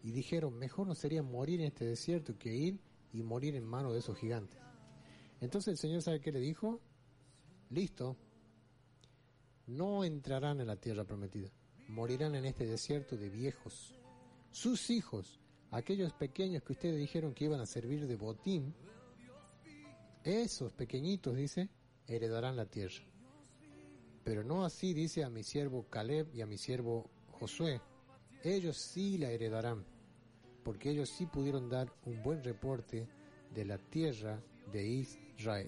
y dijeron, mejor nos sería morir en este desierto que ir y morir en manos de esos gigantes. Entonces el Señor, ¿sabe qué le dijo? Listo, no entrarán en la tierra prometida, morirán en este desierto de viejos. Sus hijos, aquellos pequeños que ustedes dijeron que iban a servir de botín, esos pequeñitos, dice, heredarán la tierra. Pero no así, dice, a mi siervo Caleb y a mi siervo Josué. Ellos sí la heredarán, porque ellos sí pudieron dar un buen reporte de la tierra de Israel.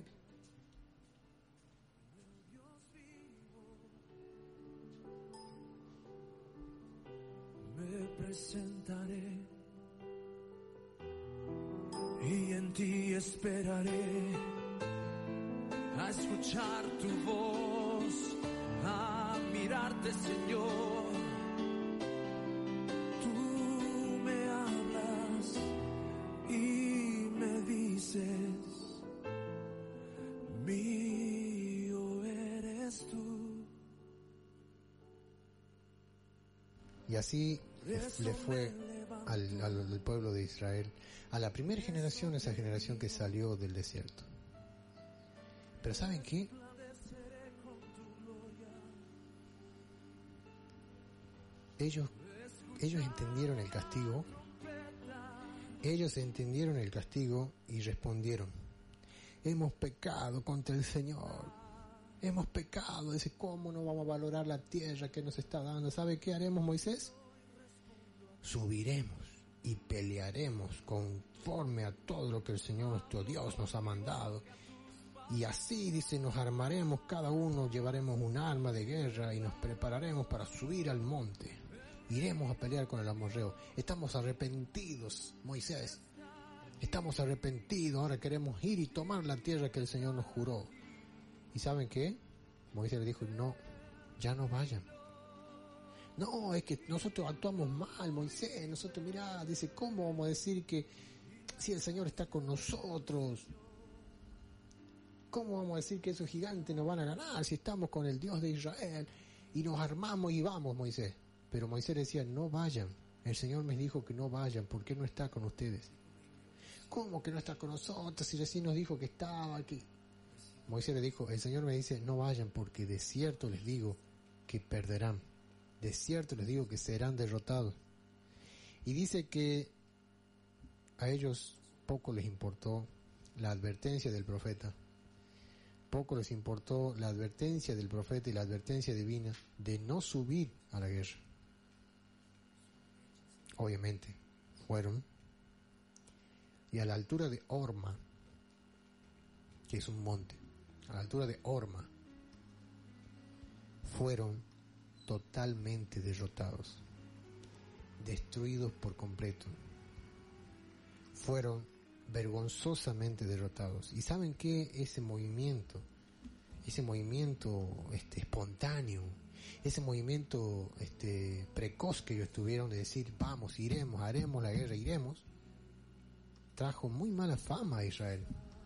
Me presentaré y en ti esperaré a escuchar tu voz, a mirarte, Señor. Tú me hablas y me dices, mío eres tú. Y así le fue al pueblo de Israel, a la primera generación, esa generación que salió del desierto. Pero ¿saben qué? Ellos entendieron el castigo, y respondieron, hemos pecado contra el Señor, hemos pecado, dice, ¿cómo no vamos a valorar la tierra que nos está dando? ¿Sabe qué haremos, Moisés? Subiremos y pelearemos conforme a todo lo que el Señor nuestro Dios nos ha mandado. Y así, dice, nos armaremos, cada uno llevaremos un arma de guerra y nos prepararemos para subir al monte. Iremos a pelear con el amorreo. Estamos arrepentidos, Moisés. Estamos arrepentidos, ahora queremos ir y tomar la tierra que el Señor nos juró. ¿Y saben qué? Moisés le dijo, no, ya no vayan. No, es que nosotros actuamos mal, Moisés. Nosotros, mirá, dice, ¿cómo vamos a decir que si el Señor está con nosotros? ¿Cómo vamos a decir que esos gigantes nos van a ganar si estamos con el Dios de Israel? Y nos armamos y vamos, Moisés. Pero Moisés decía, no vayan. El Señor me dijo que no vayan, porque no está con ustedes. ¿Cómo que no está con nosotros? Si recién nos dijo que estaba aquí. Moisés le dijo, el Señor me dice, no vayan, porque de cierto les digo que perderán. De cierto les digo que serán derrotados. Y dice que a ellos poco les importó la advertencia del profeta. Poco les importó la advertencia del profeta y la advertencia divina de no subir a la guerra. Obviamente, fueron y a la altura de Horma, que es un monte, a la altura de Horma, fueron totalmente derrotados, destruidos por completo. Fueron vergonzosamente derrotados. ¿Y saben qué? Ese movimiento espontáneo, ese movimiento precoz que ellos tuvieron de decir, vamos, iremos, haremos la guerra, iremos, trajo muy mala fama a Israel.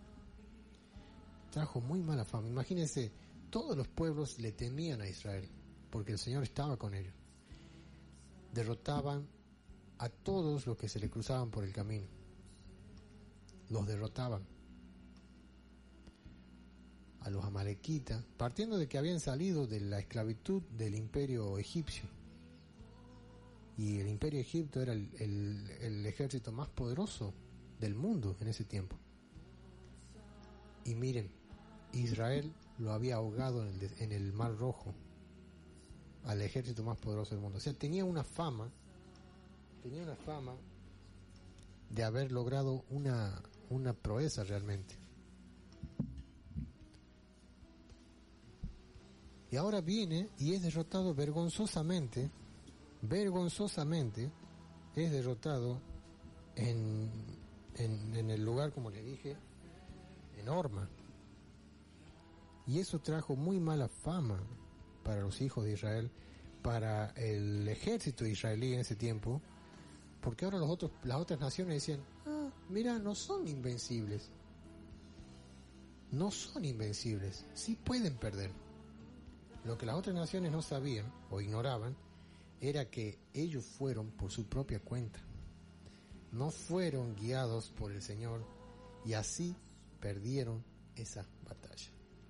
Trajo muy mala fama. Imagínense, todos los pueblos le temían a Israel, porque el Señor estaba con ellos. Derrotaban a todos los que se le cruzaban por el camino. Los derrotaban. A los amalequitas, partiendo de que habían salido de la esclavitud del imperio egipcio. Y el imperio egipcio era el ejército más poderoso del mundo en ese tiempo. Y miren, Israel lo había ahogado en el Mar Rojo al ejército más poderoso del mundo. O sea, tenía una fama de haber logrado una proeza realmente. Y ahora viene y es derrotado vergonzosamente, es derrotado en el lugar, como les dije, en Horma. Y eso trajo muy mala fama para los hijos de Israel, para el ejército israelí en ese tiempo, porque ahora las otras naciones decían, mira, no son invencibles, sí pueden perder. Lo que las otras naciones no sabían o ignoraban era que ellos fueron por su propia cuenta. no fueron guiados por el Señor y así perdieron esa batalla.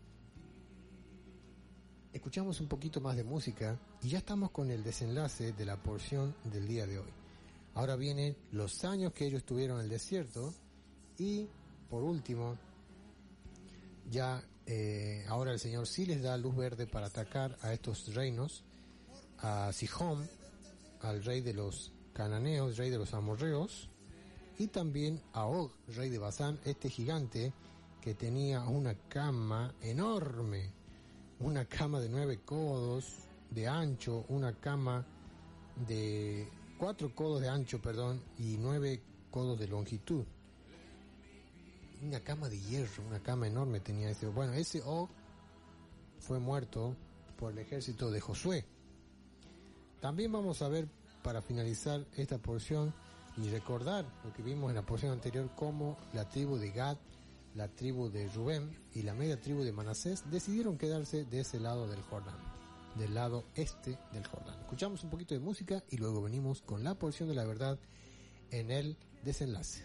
Escuchamos un poquito más de música y ya estamos con el desenlace de la porción del día de hoy. Ahora vienen los años que ellos tuvieron en el desierto y por último ya ahora el Señor sí les da luz verde para atacar a estos reinos, a Sihón, al rey de los cananeos, rey de los amorreos, y también a Og, rey de Basán, este gigante que tenía una cama enorme, una cama de 9 codos de ancho, una cama de 4 codos de ancho, y 9 codos de longitud. Una cama de hierro, una cama enorme tenía ese. Bueno, ese Og fue muerto por el ejército de Josué. También vamos a ver, para finalizar esta porción y recordar lo que vimos en la porción anterior, cómo la tribu de Gad, la tribu de Rubén y la media tribu de Manasés decidieron quedarse de ese lado del Jordán, del lado este del Jordán. Escuchamos un poquito de música y luego venimos con la porción de la verdad en el desenlace.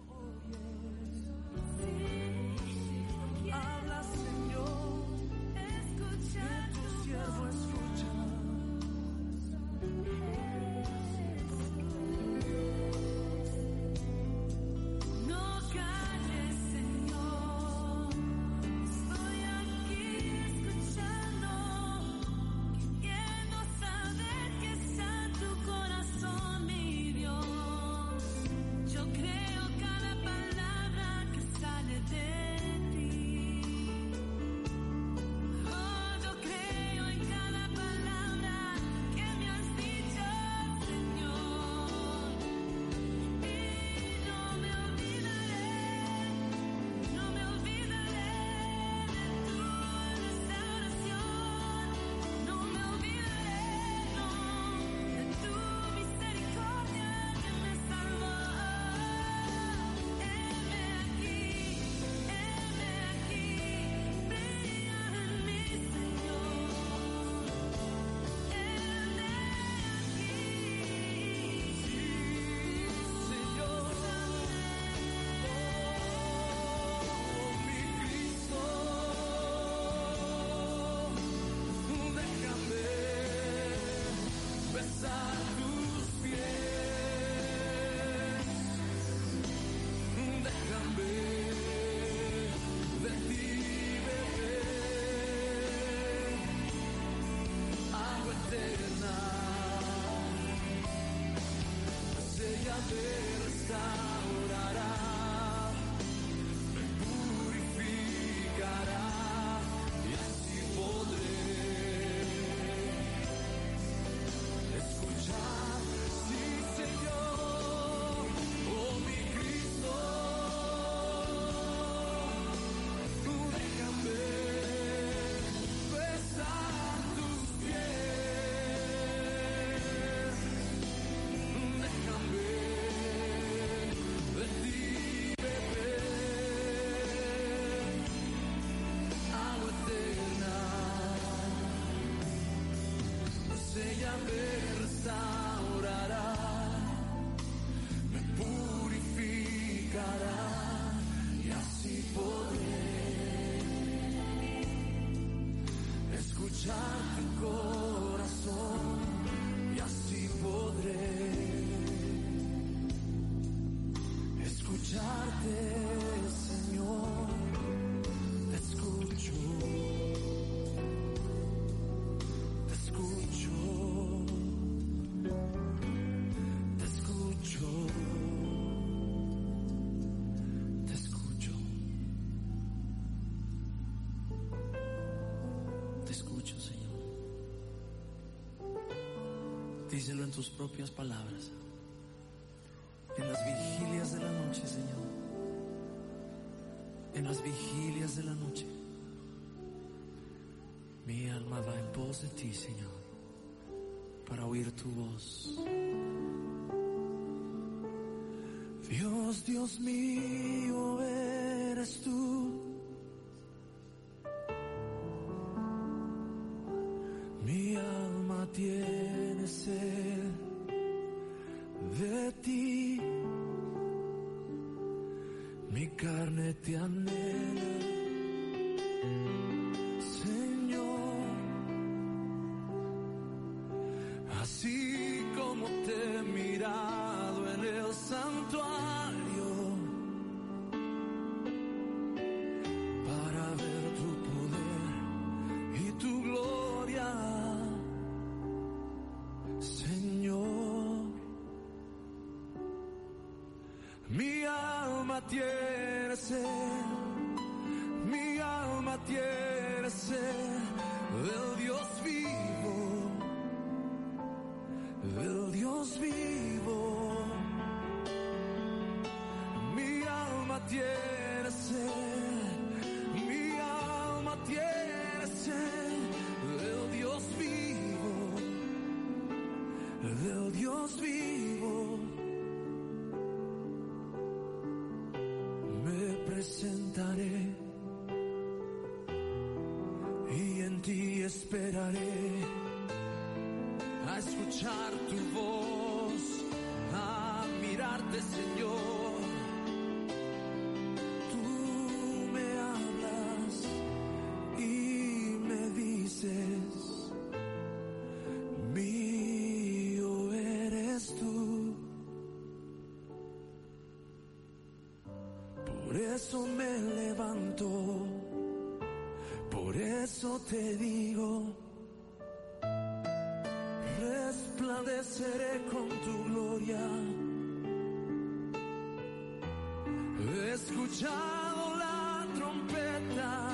Habla, Señor, escucha tu siervo, escucha. No calles, Señor, estoy aquí escuchando, queriendo saber qué está en tu corazón, mi Dios. Yo creo cada palabra que sale de ti. Oh, yo creo en cada palabra que me has dicho, Señor. Y no me olvidaré de tu restauración. No me olvidaré, no, de tu misericordia que me salvó. Heme aquí, brilla en mí, Señor. Heme aquí, Señor. Oh, mi Cristo, déjame besar tus pies. Déjame de ti beber agua eterna. Ella me restaurará, me purificará y así podré escuchar. Sí, Señor, oh mi Cristo, déjame besar tus pies. Déjame de ti beber agua eterna. Ella me restaurará, me purificará y así podré escuchar tu corazón y así podré escucharte, Señor. Te escucho, te escucho, te escucho, te escucho, te escucho, Señor. Díselo en tus propias palabras. En las vigilias de la noche, Señor. En las vigilias de la noche. Mi alma va en pos de ti, Señor, para oír tu voz. Dios, Dios mío, eres tú. Mi alma tiene sed de ti. carne te anhela, Señor, así como te he mirado en el santuario para ver tu poder y tu gloria, Señor. Mi alma tiene sed, mi alma tiene sed del Dios vivo, del Dios vivo. Mi alma tiene sed, mi alma tiene sed del Dios vivo, del Dios vivo. Me presentaré y en ti esperaré a escuchar tu voz, a mirarte, Señor. Tú me hablas y me dices, mío eres tú. Por eso me levanto, por eso te digo, resplandeceré con tu gloria. He escuchado la trompeta,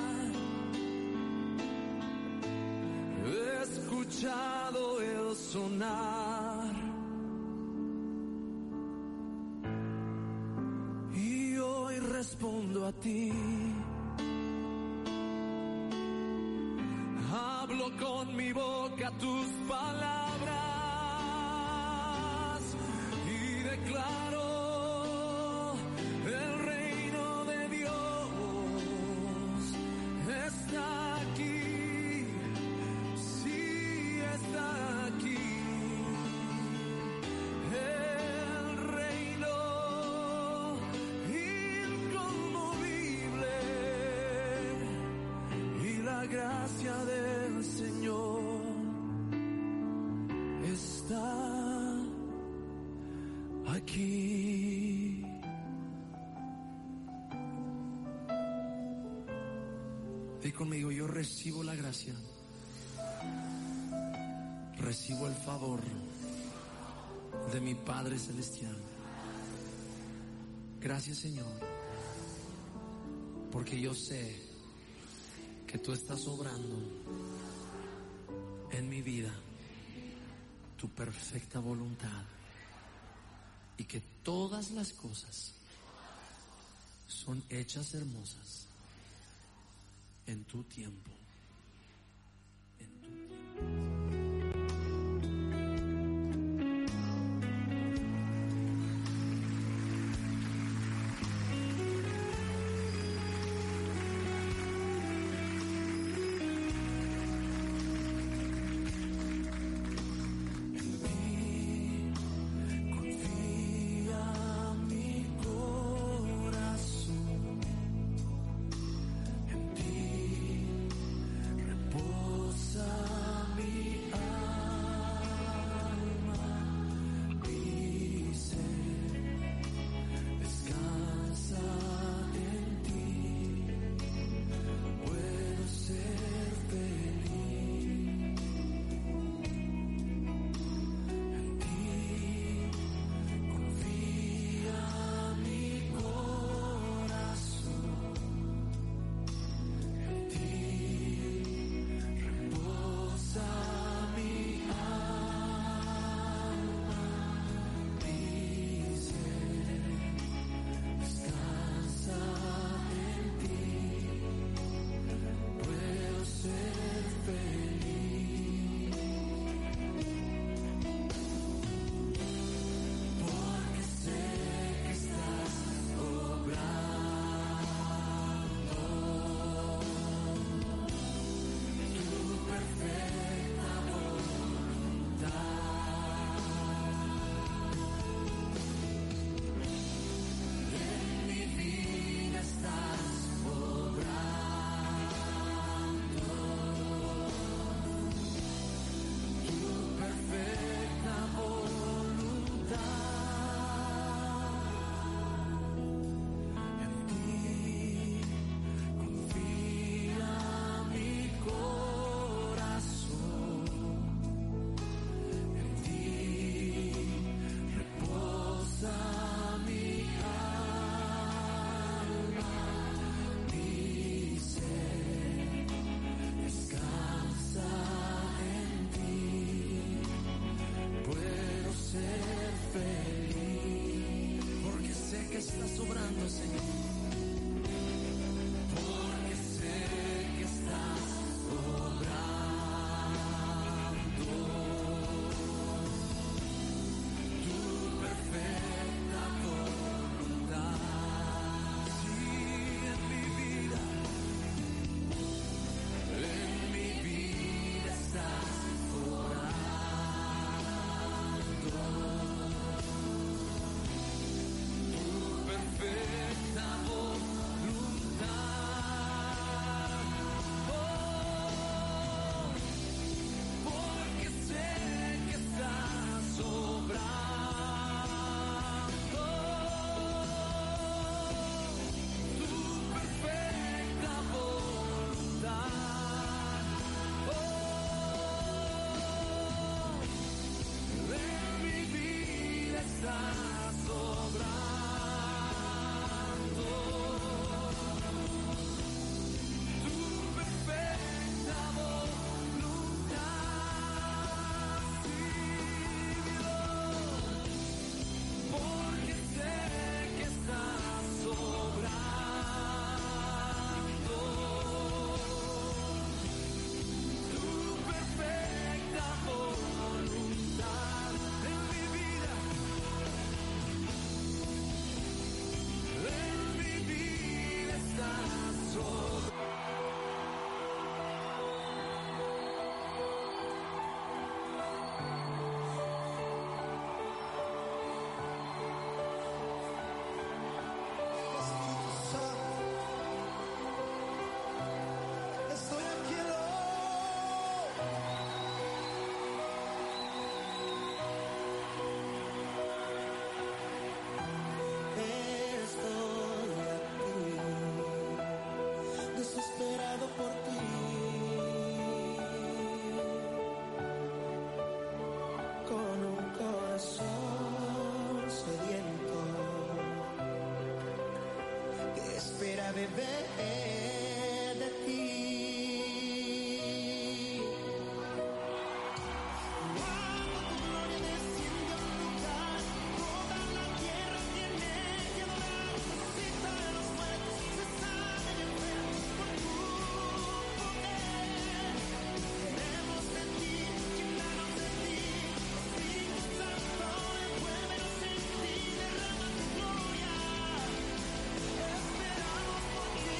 he escuchado el sonar, y hoy respondo a ti. Hablo con mi boca tus palabras y declaro el reino de Dios está aquí, sí está aquí. El reino inconmovible y la gracia del Señor está aquí. Di conmigo, yo recibo la gracia, recibo el favor de mi Padre Celestial. Gracias, Señor, porque yo sé que tú estás obrando en mi vida tu perfecta voluntad y que todas las cosas son hechas hermosas en tu tiempo. En tu tiempo. estás sobrando, Señor. Porque sé que estás sobrando. Tu perfecta voluntad. Sí, en mi vida estás sobrando. Tu perfecta voluntad. Oh, porque sé que estás sobrando. Tu perfecta voluntad. En mi vida estás sobrando. Tu perfecta voluntad. Sí, Dios, porque sé que estás sobrando. Tu perfecta voluntad en mi vida estás sobrando. Estoy aquí, estoy aquí, desesperado por ti, con un corazón sediento que espera beber de ti. Cuando tu gloria desciende a un lugar, toda la tierra tiene que adorar. Resucita a los muertos, se sabe de enfermos por tu poder. Queremos de ti, llenarnos de ti. Espíritu Santo, envuélvenos en ti, derrama tu gloria. Esperamos por ti.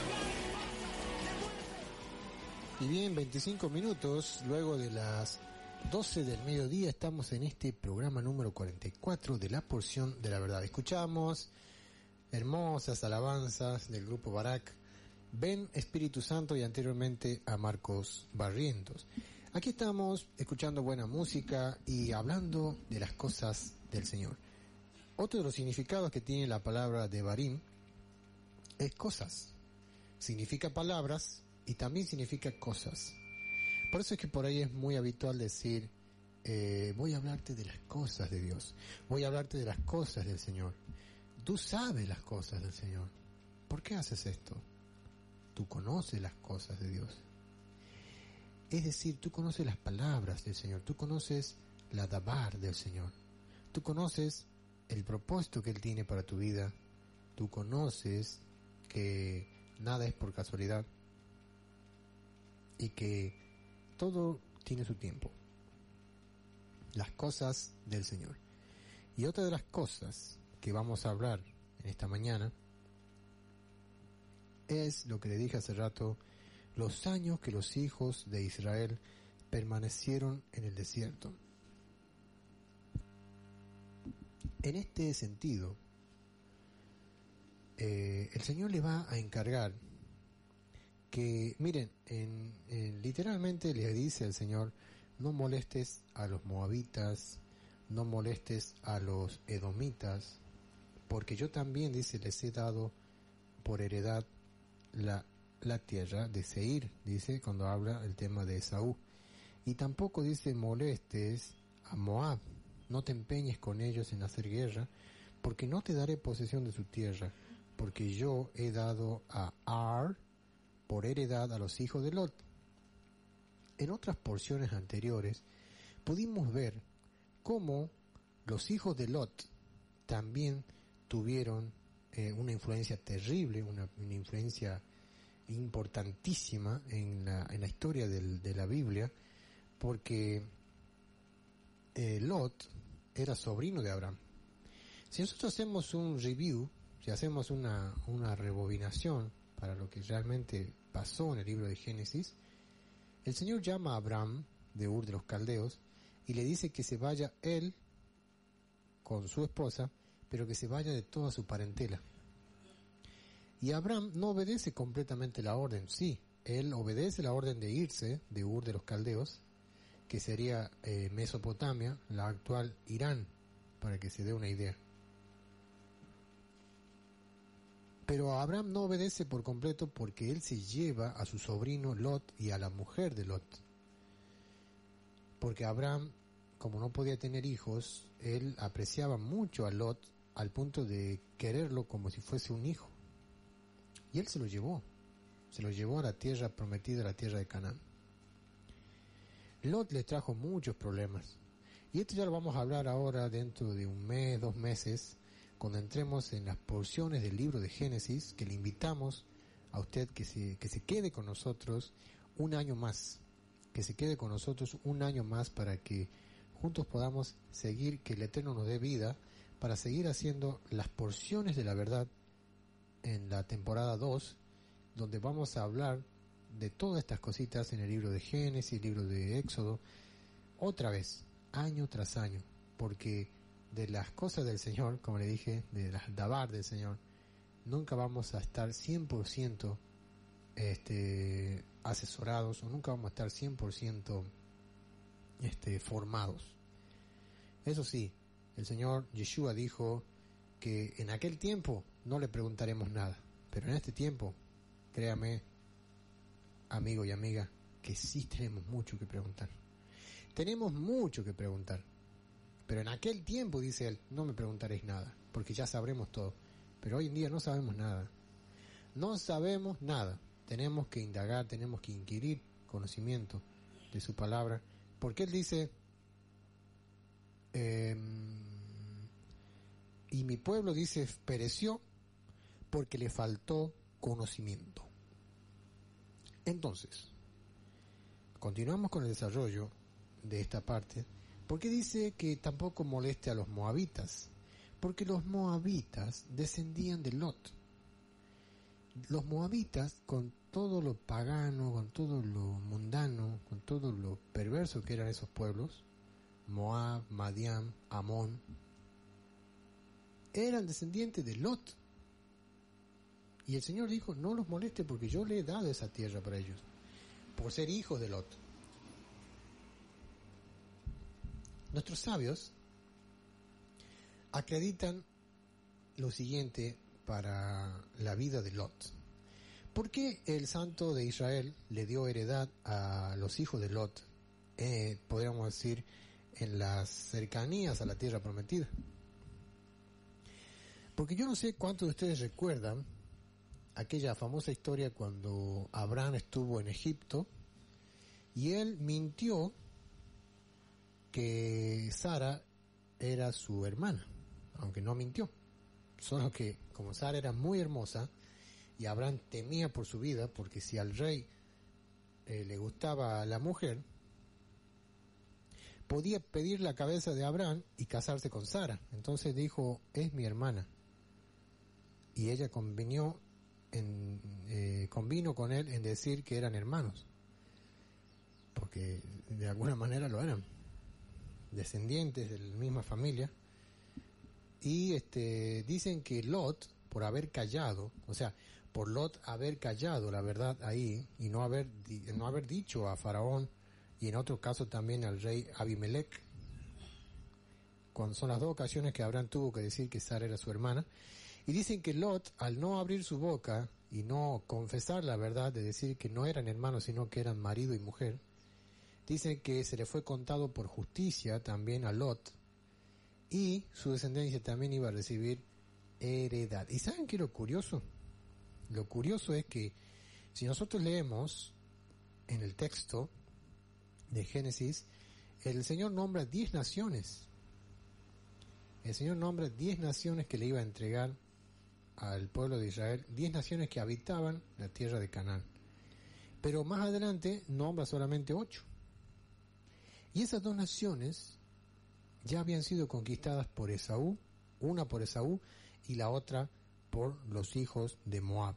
Y bien, 25 minutos luego de las 12 del mediodía, estamos en este programa número 44 de La Porción de la Verdad. Escuchamos hermosas alabanzas del grupo Barak, Ven Espíritu Santo y anteriormente a Marcos Barrientos. Aquí estamos escuchando buena música y hablando de las cosas del Señor. Otro de los significados que tiene la palabra Devarim es cosas. Significa palabras y también significa cosas. Por eso es que por ahí es muy habitual decir, voy a hablarte de las cosas de Dios, voy a hablarte de las cosas del Señor. Tú sabes las cosas del Señor. ¿Por qué haces esto? Tú conoces las cosas de Dios. Es decir, tú conoces las palabras del Señor, tú conoces la dabar del Señor, tú conoces el propósito que Él tiene para tu vida, tú conoces que nada es por casualidad y que todo tiene su tiempo. Las cosas del Señor. Y otra de las cosas que vamos a hablar en esta mañana es lo que le dije hace rato, los años que los hijos de Israel permanecieron en el desierto. En este sentido, el Señor le va a encargar que, miren, literalmente le dice al Señor, no molestes a los moabitas, no molestes a los edomitas, porque yo también, dice, les he dado por heredad la tierra de Seir, dice, cuando habla el tema de Esaú. Y tampoco dice molestes a Moab, no te empeñes con ellos en hacer guerra, porque no te daré posesión de su tierra, porque yo he dado a Ar por heredad a los hijos de Lot. En otras porciones anteriores pudimos ver cómo los hijos de Lot también tuvieron una influencia terrible, una influencia importantísima en la historia de la Biblia, porque Lot era sobrino de Abraham. Si nosotros hacemos un review, si hacemos una rebobinación para lo que realmente pasó en el libro de Génesis, el Señor llama a Abraham de Ur de los Caldeos y le dice que se vaya él con su esposa, pero que se vaya de toda su parentela. Y Abraham no obedece completamente la orden. Sí, él obedece la orden de irse de Ur de los Caldeos, que sería Mesopotamia, la actual Irán, para que se dé una idea. Pero Abraham no obedece por completo porque él se lleva a su sobrino Lot y a la mujer de Lot. Porque Abraham, como no podía tener hijos, él apreciaba mucho a Lot al punto de quererlo como si fuese un hijo. Y él se lo llevó a la tierra prometida, a la tierra de Canaán. Lot le trajo muchos problemas. Y esto ya lo vamos a hablar ahora dentro de un mes, 2 meses, cuando entremos en las porciones del libro de Génesis, que le invitamos a usted que se quede con nosotros un año más, para que juntos podamos seguir, que el Eterno nos dé vida, para seguir haciendo las porciones de la verdad en la temporada 2, donde vamos a hablar de todas estas cositas en el libro de Génesis, el libro de Éxodo, otra vez, año tras año, porque de las cosas del Señor, como le dije, de las dabar del Señor, nunca vamos a estar 100% asesorados, o nunca vamos a estar 100% formados. Eso sí, el Señor Yeshua dijo que en aquel tiempo no le preguntaremos nada, pero en este tiempo, créame, amigo y amiga, que sí tenemos mucho que preguntar. Tenemos mucho que preguntar. Pero en aquel tiempo, dice él, no me preguntaréis nada, porque ya sabremos todo. Pero hoy en día no sabemos nada. No sabemos nada. Tenemos que indagar, tenemos que inquirir conocimiento de su palabra. Porque él dice, y mi pueblo, dice, pereció porque le faltó conocimiento. Entonces, continuamos con el desarrollo de esta parte. ¿Por qué dice que tampoco moleste a los moabitas? Porque los moabitas descendían de Lot. Los moabitas todo lo pagano, con todo lo mundano, con todo lo perverso que eran esos pueblos, Moab, Madián, Amón, eran descendientes de Lot. Y el Señor dijo, no los moleste porque yo le he dado esa tierra para ellos, por ser hijos de Lot. Nuestros sabios acreditan lo siguiente para la vida de Lot. ¿Por qué el santo de Israel le dio heredad a los hijos de Lot, podríamos decir, en las cercanías a la tierra prometida? Porque yo no sé cuántos de ustedes recuerdan aquella famosa historia cuando Abraham estuvo en Egipto y él mintió que Sara era su hermana, aunque no mintió. Solo que como Sara era muy hermosa y Abraham temía por su vida, porque si al rey le gustaba la mujer, podía pedir la cabeza de Abraham y casarse con Sara. Entonces dijo, es mi hermana. Y ella convino con él en decir que eran hermanos, porque de alguna manera lo eran, descendientes de la misma familia. Y dicen que Lot, por haber callado, o sea, por Lot haber callado la verdad ahí y no haber dicho a Faraón, y en otro caso también al rey Abimelech, cuando son las dos ocasiones que Abraham tuvo que decir que Sara era su hermana. Y dicen que Lot, al no abrir su boca y no confesar la verdad de decir que no eran hermanos sino que eran marido y mujer, dicen que se le fue contado por justicia también a Lot, y su descendencia también iba a recibir heredad. ¿Y saben qué es lo curioso? Lo curioso es que si nosotros leemos en el texto de Génesis, el Señor nombra 10 naciones. El Señor nombra 10 naciones que le iba a entregar al pueblo de Israel, 10 naciones que habitaban la tierra de Canaán. Pero más adelante nombra solamente 8. Y esas 2 naciones ya habían sido conquistadas por Esaú, una por Esaú y la otra por los hijos de Moab,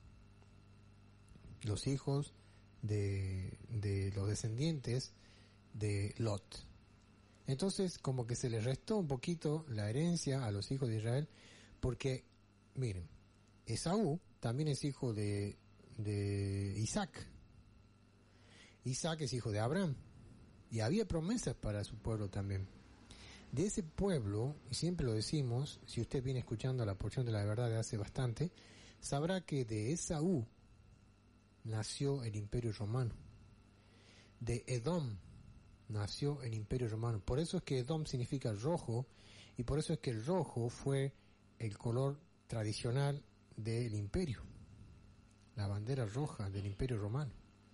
los hijos de los descendientes de Lot. Entonces como que se les restó un poquito la herencia a los hijos de Israel, porque miren, Esaú también es hijo de Isaac. Isaac es hijo de Abraham, y había promesas para su pueblo también. De ese pueblo, y siempre lo decimos, si usted viene escuchando la porción de la verdad de hace bastante, sabrá que de Esaú nació el Imperio Romano. De Edom nació el Imperio Romano. Por eso es que Edom significa rojo, y por eso es que el rojo fue el color tradicional del imperio, la bandera roja del Imperio Romano.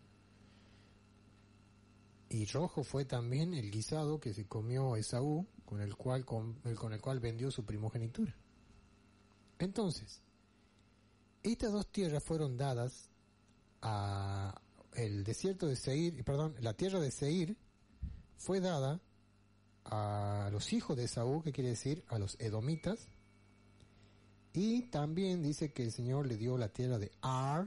Y rojo fue también el guisado que se comió Esaú, con el cual vendió su primogenitura. Entonces, estas 2 tierras fueron dadas a el desierto de Seir, la tierra de Seir fue dada a los hijos de Esaú, que quiere decir a los edomitas, y también dice que el Señor le dio la tierra de Ar,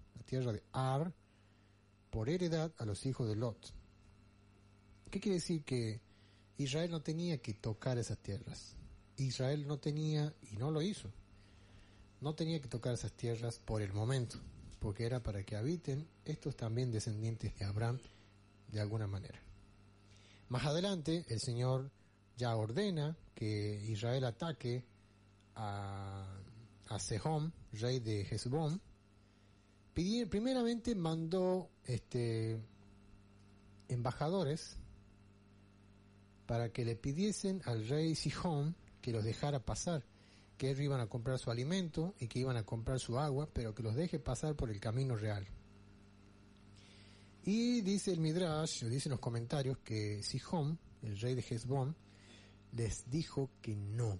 por heredad a los hijos de Lot. ¿Qué quiere decir? Que Israel no tenía que tocar esas tierras. Israel no tenía, y no lo hizo, no tenía que tocar esas tierras por el momento, porque era para que habiten estos también descendientes de Abraham de alguna manera. Más adelante el Señor ya ordena que Israel ataque a Sehón, rey de Hesbón. Primeramente mandó embajadores para que le pidiesen al rey Sihón que los dejara pasar, que ellos iban a comprar su alimento y que iban a comprar su agua, pero que los deje pasar por el camino real. Y dice el Midrash, o dicen los comentarios, que Sihón, el rey de Hesbón, les dijo que no.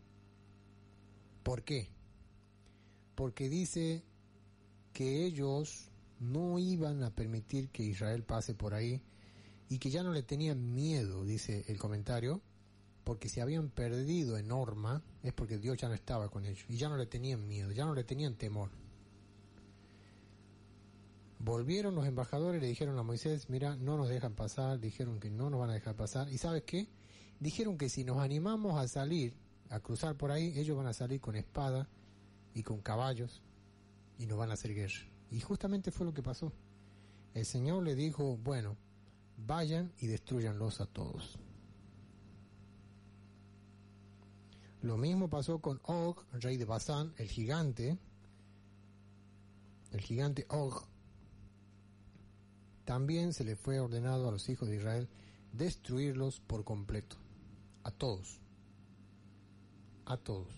¿Por qué? Porque dice que ellos no iban a permitir que Israel pase por ahí, y que ya no le tenían miedo, dice el comentario, porque si habían perdido en Horma es porque Dios ya no estaba con ellos, y ya no le tenían miedo, ya no le tenían temor. volvieron los embajadores y le dijeron a Moisés, mira, no nos dejan pasar, dijeron que no nos van a dejar pasar. ¿Y sabes qué? Dijeron que si nos animamos a salir, a cruzar por ahí, ellos van a salir con espada y con caballos y nos van a hacer guerra. Y justamente fue lo que pasó. El Señor le dijo, bueno, vayan y destruyanlos a todos. Lo mismo pasó con Og, rey de Basán, el gigante Og. También se le fue ordenado a los hijos de Israel destruirlos por completo. A todos. A todos.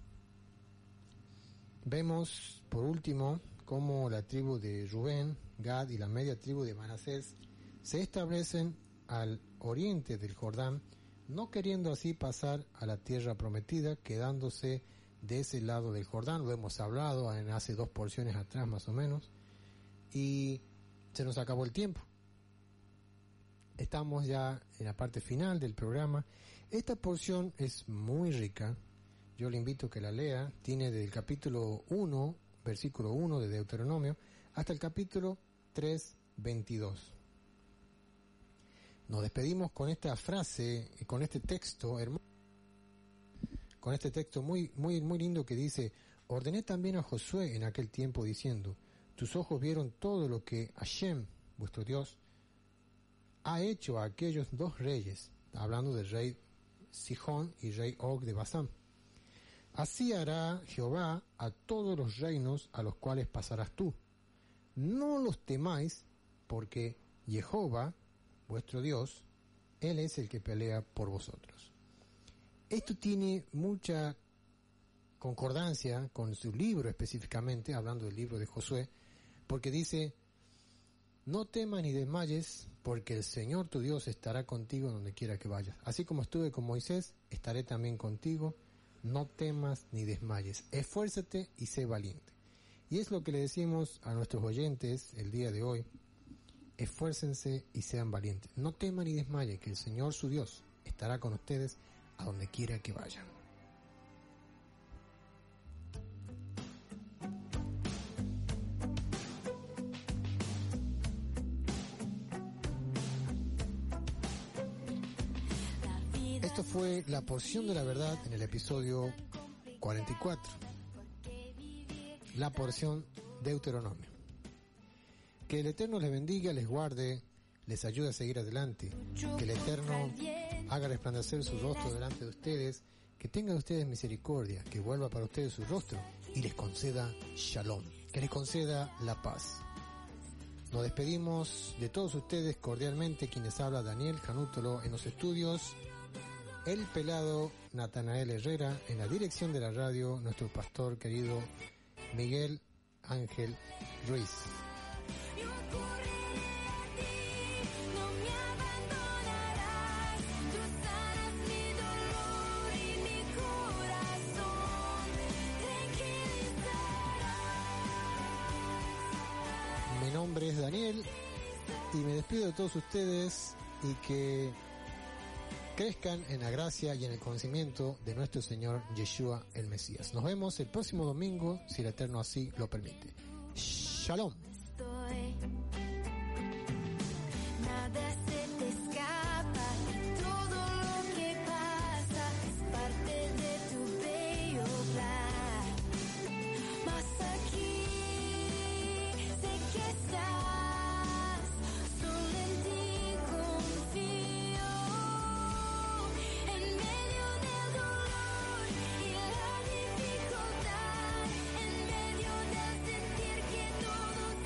Vemos, por último, cómo la tribu de Rubén, Gad y la media tribu de Manasés se establecen al oriente del Jordán, no queriendo así pasar a la tierra prometida, quedándose de ese lado del Jordán. Lo hemos hablado en hace 2 porciones atrás más o menos, y se nos acabó el tiempo. Estamos ya en la parte final del programa. Esta porción es muy rica. Yo le invito a que la lea. Tiene desde el capítulo 1, versículo 1 de Deuteronomio, hasta el capítulo 3, 22. Nos despedimos con esta frase, con este texto hermoso, con este texto muy lindo que dice: ordené también a Josué en aquel tiempo diciendo, tus ojos vieron todo lo que Hashem, vuestro Dios, ha hecho a aquellos 2 reyes, hablando del rey Sihón y rey Og de Basán. Así hará Jehová a todos los reinos a los cuales pasarás tú. No los temáis, porque Jehová, vuestro Dios, Él es el que pelea por vosotros. Esto tiene mucha concordancia con su libro específicamente, hablando del libro de Josué, porque dice, no temas ni desmayes, porque el Señor tu Dios estará contigo donde quiera que vayas. Así como estuve con Moisés, estaré también contigo. No temas ni desmayes, esfuérzate y sé valiente. Y es lo que le decimos a nuestros oyentes el día de hoy: esfuércense y sean valientes. No teman ni desmayen, que el Señor su Dios estará con ustedes a donde quiera que vayan. Esto fue la porción de la verdad en el episodio 44. La porción Deuteronomio. Que el Eterno les bendiga, les guarde, les ayude a seguir adelante. Que el Eterno haga resplandecer su rostro delante de ustedes, que tenga de ustedes misericordia, que vuelva para ustedes su rostro y les conceda Shalom, que les conceda la paz. Nos despedimos de todos ustedes cordialmente, quienes habla Daniel Janútolo en los estudios, el pelado Natanael Herrera, en la dirección de la radio, nuestro pastor querido Miguel Ángel Ruiz. Yo correré a ti, no me abandonarás. Tú sanas mi dolor y mi corazón tranquilizarás. Mi nombre es Daniel y me despido de todos ustedes, y que crezcan en la gracia y en el conocimiento de nuestro Señor Yeshua el Mesías. Nos vemos el próximo domingo, si el Eterno así lo permite. Shalom. Estoy. Nada se te escapa, y todo lo que pasa es parte de tu bello plan. Mas aquí sé que estás, solo en ti confío. En medio del dolor y la dificultad, en medio del sentir que todo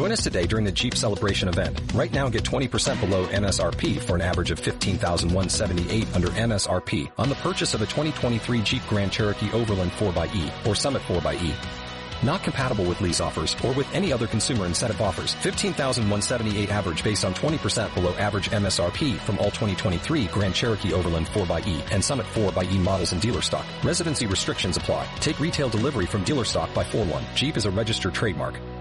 Join us today during the Jeep Celebration event. Right now, get 20% below MSRP for an average of $15,178 under MSRP on the purchase of a 2023 Jeep Grand Cherokee Overland 4xE or Summit 4xE. Not compatible with lease offers or with any other consumer incentive offers. $15,178 average based on 20% below average MSRP from all 2023 Grand Cherokee Overland 4xE and Summit 4xE models in dealer stock. Residency restrictions apply. Take retail delivery from dealer stock by 4/1. Jeep is a registered trademark.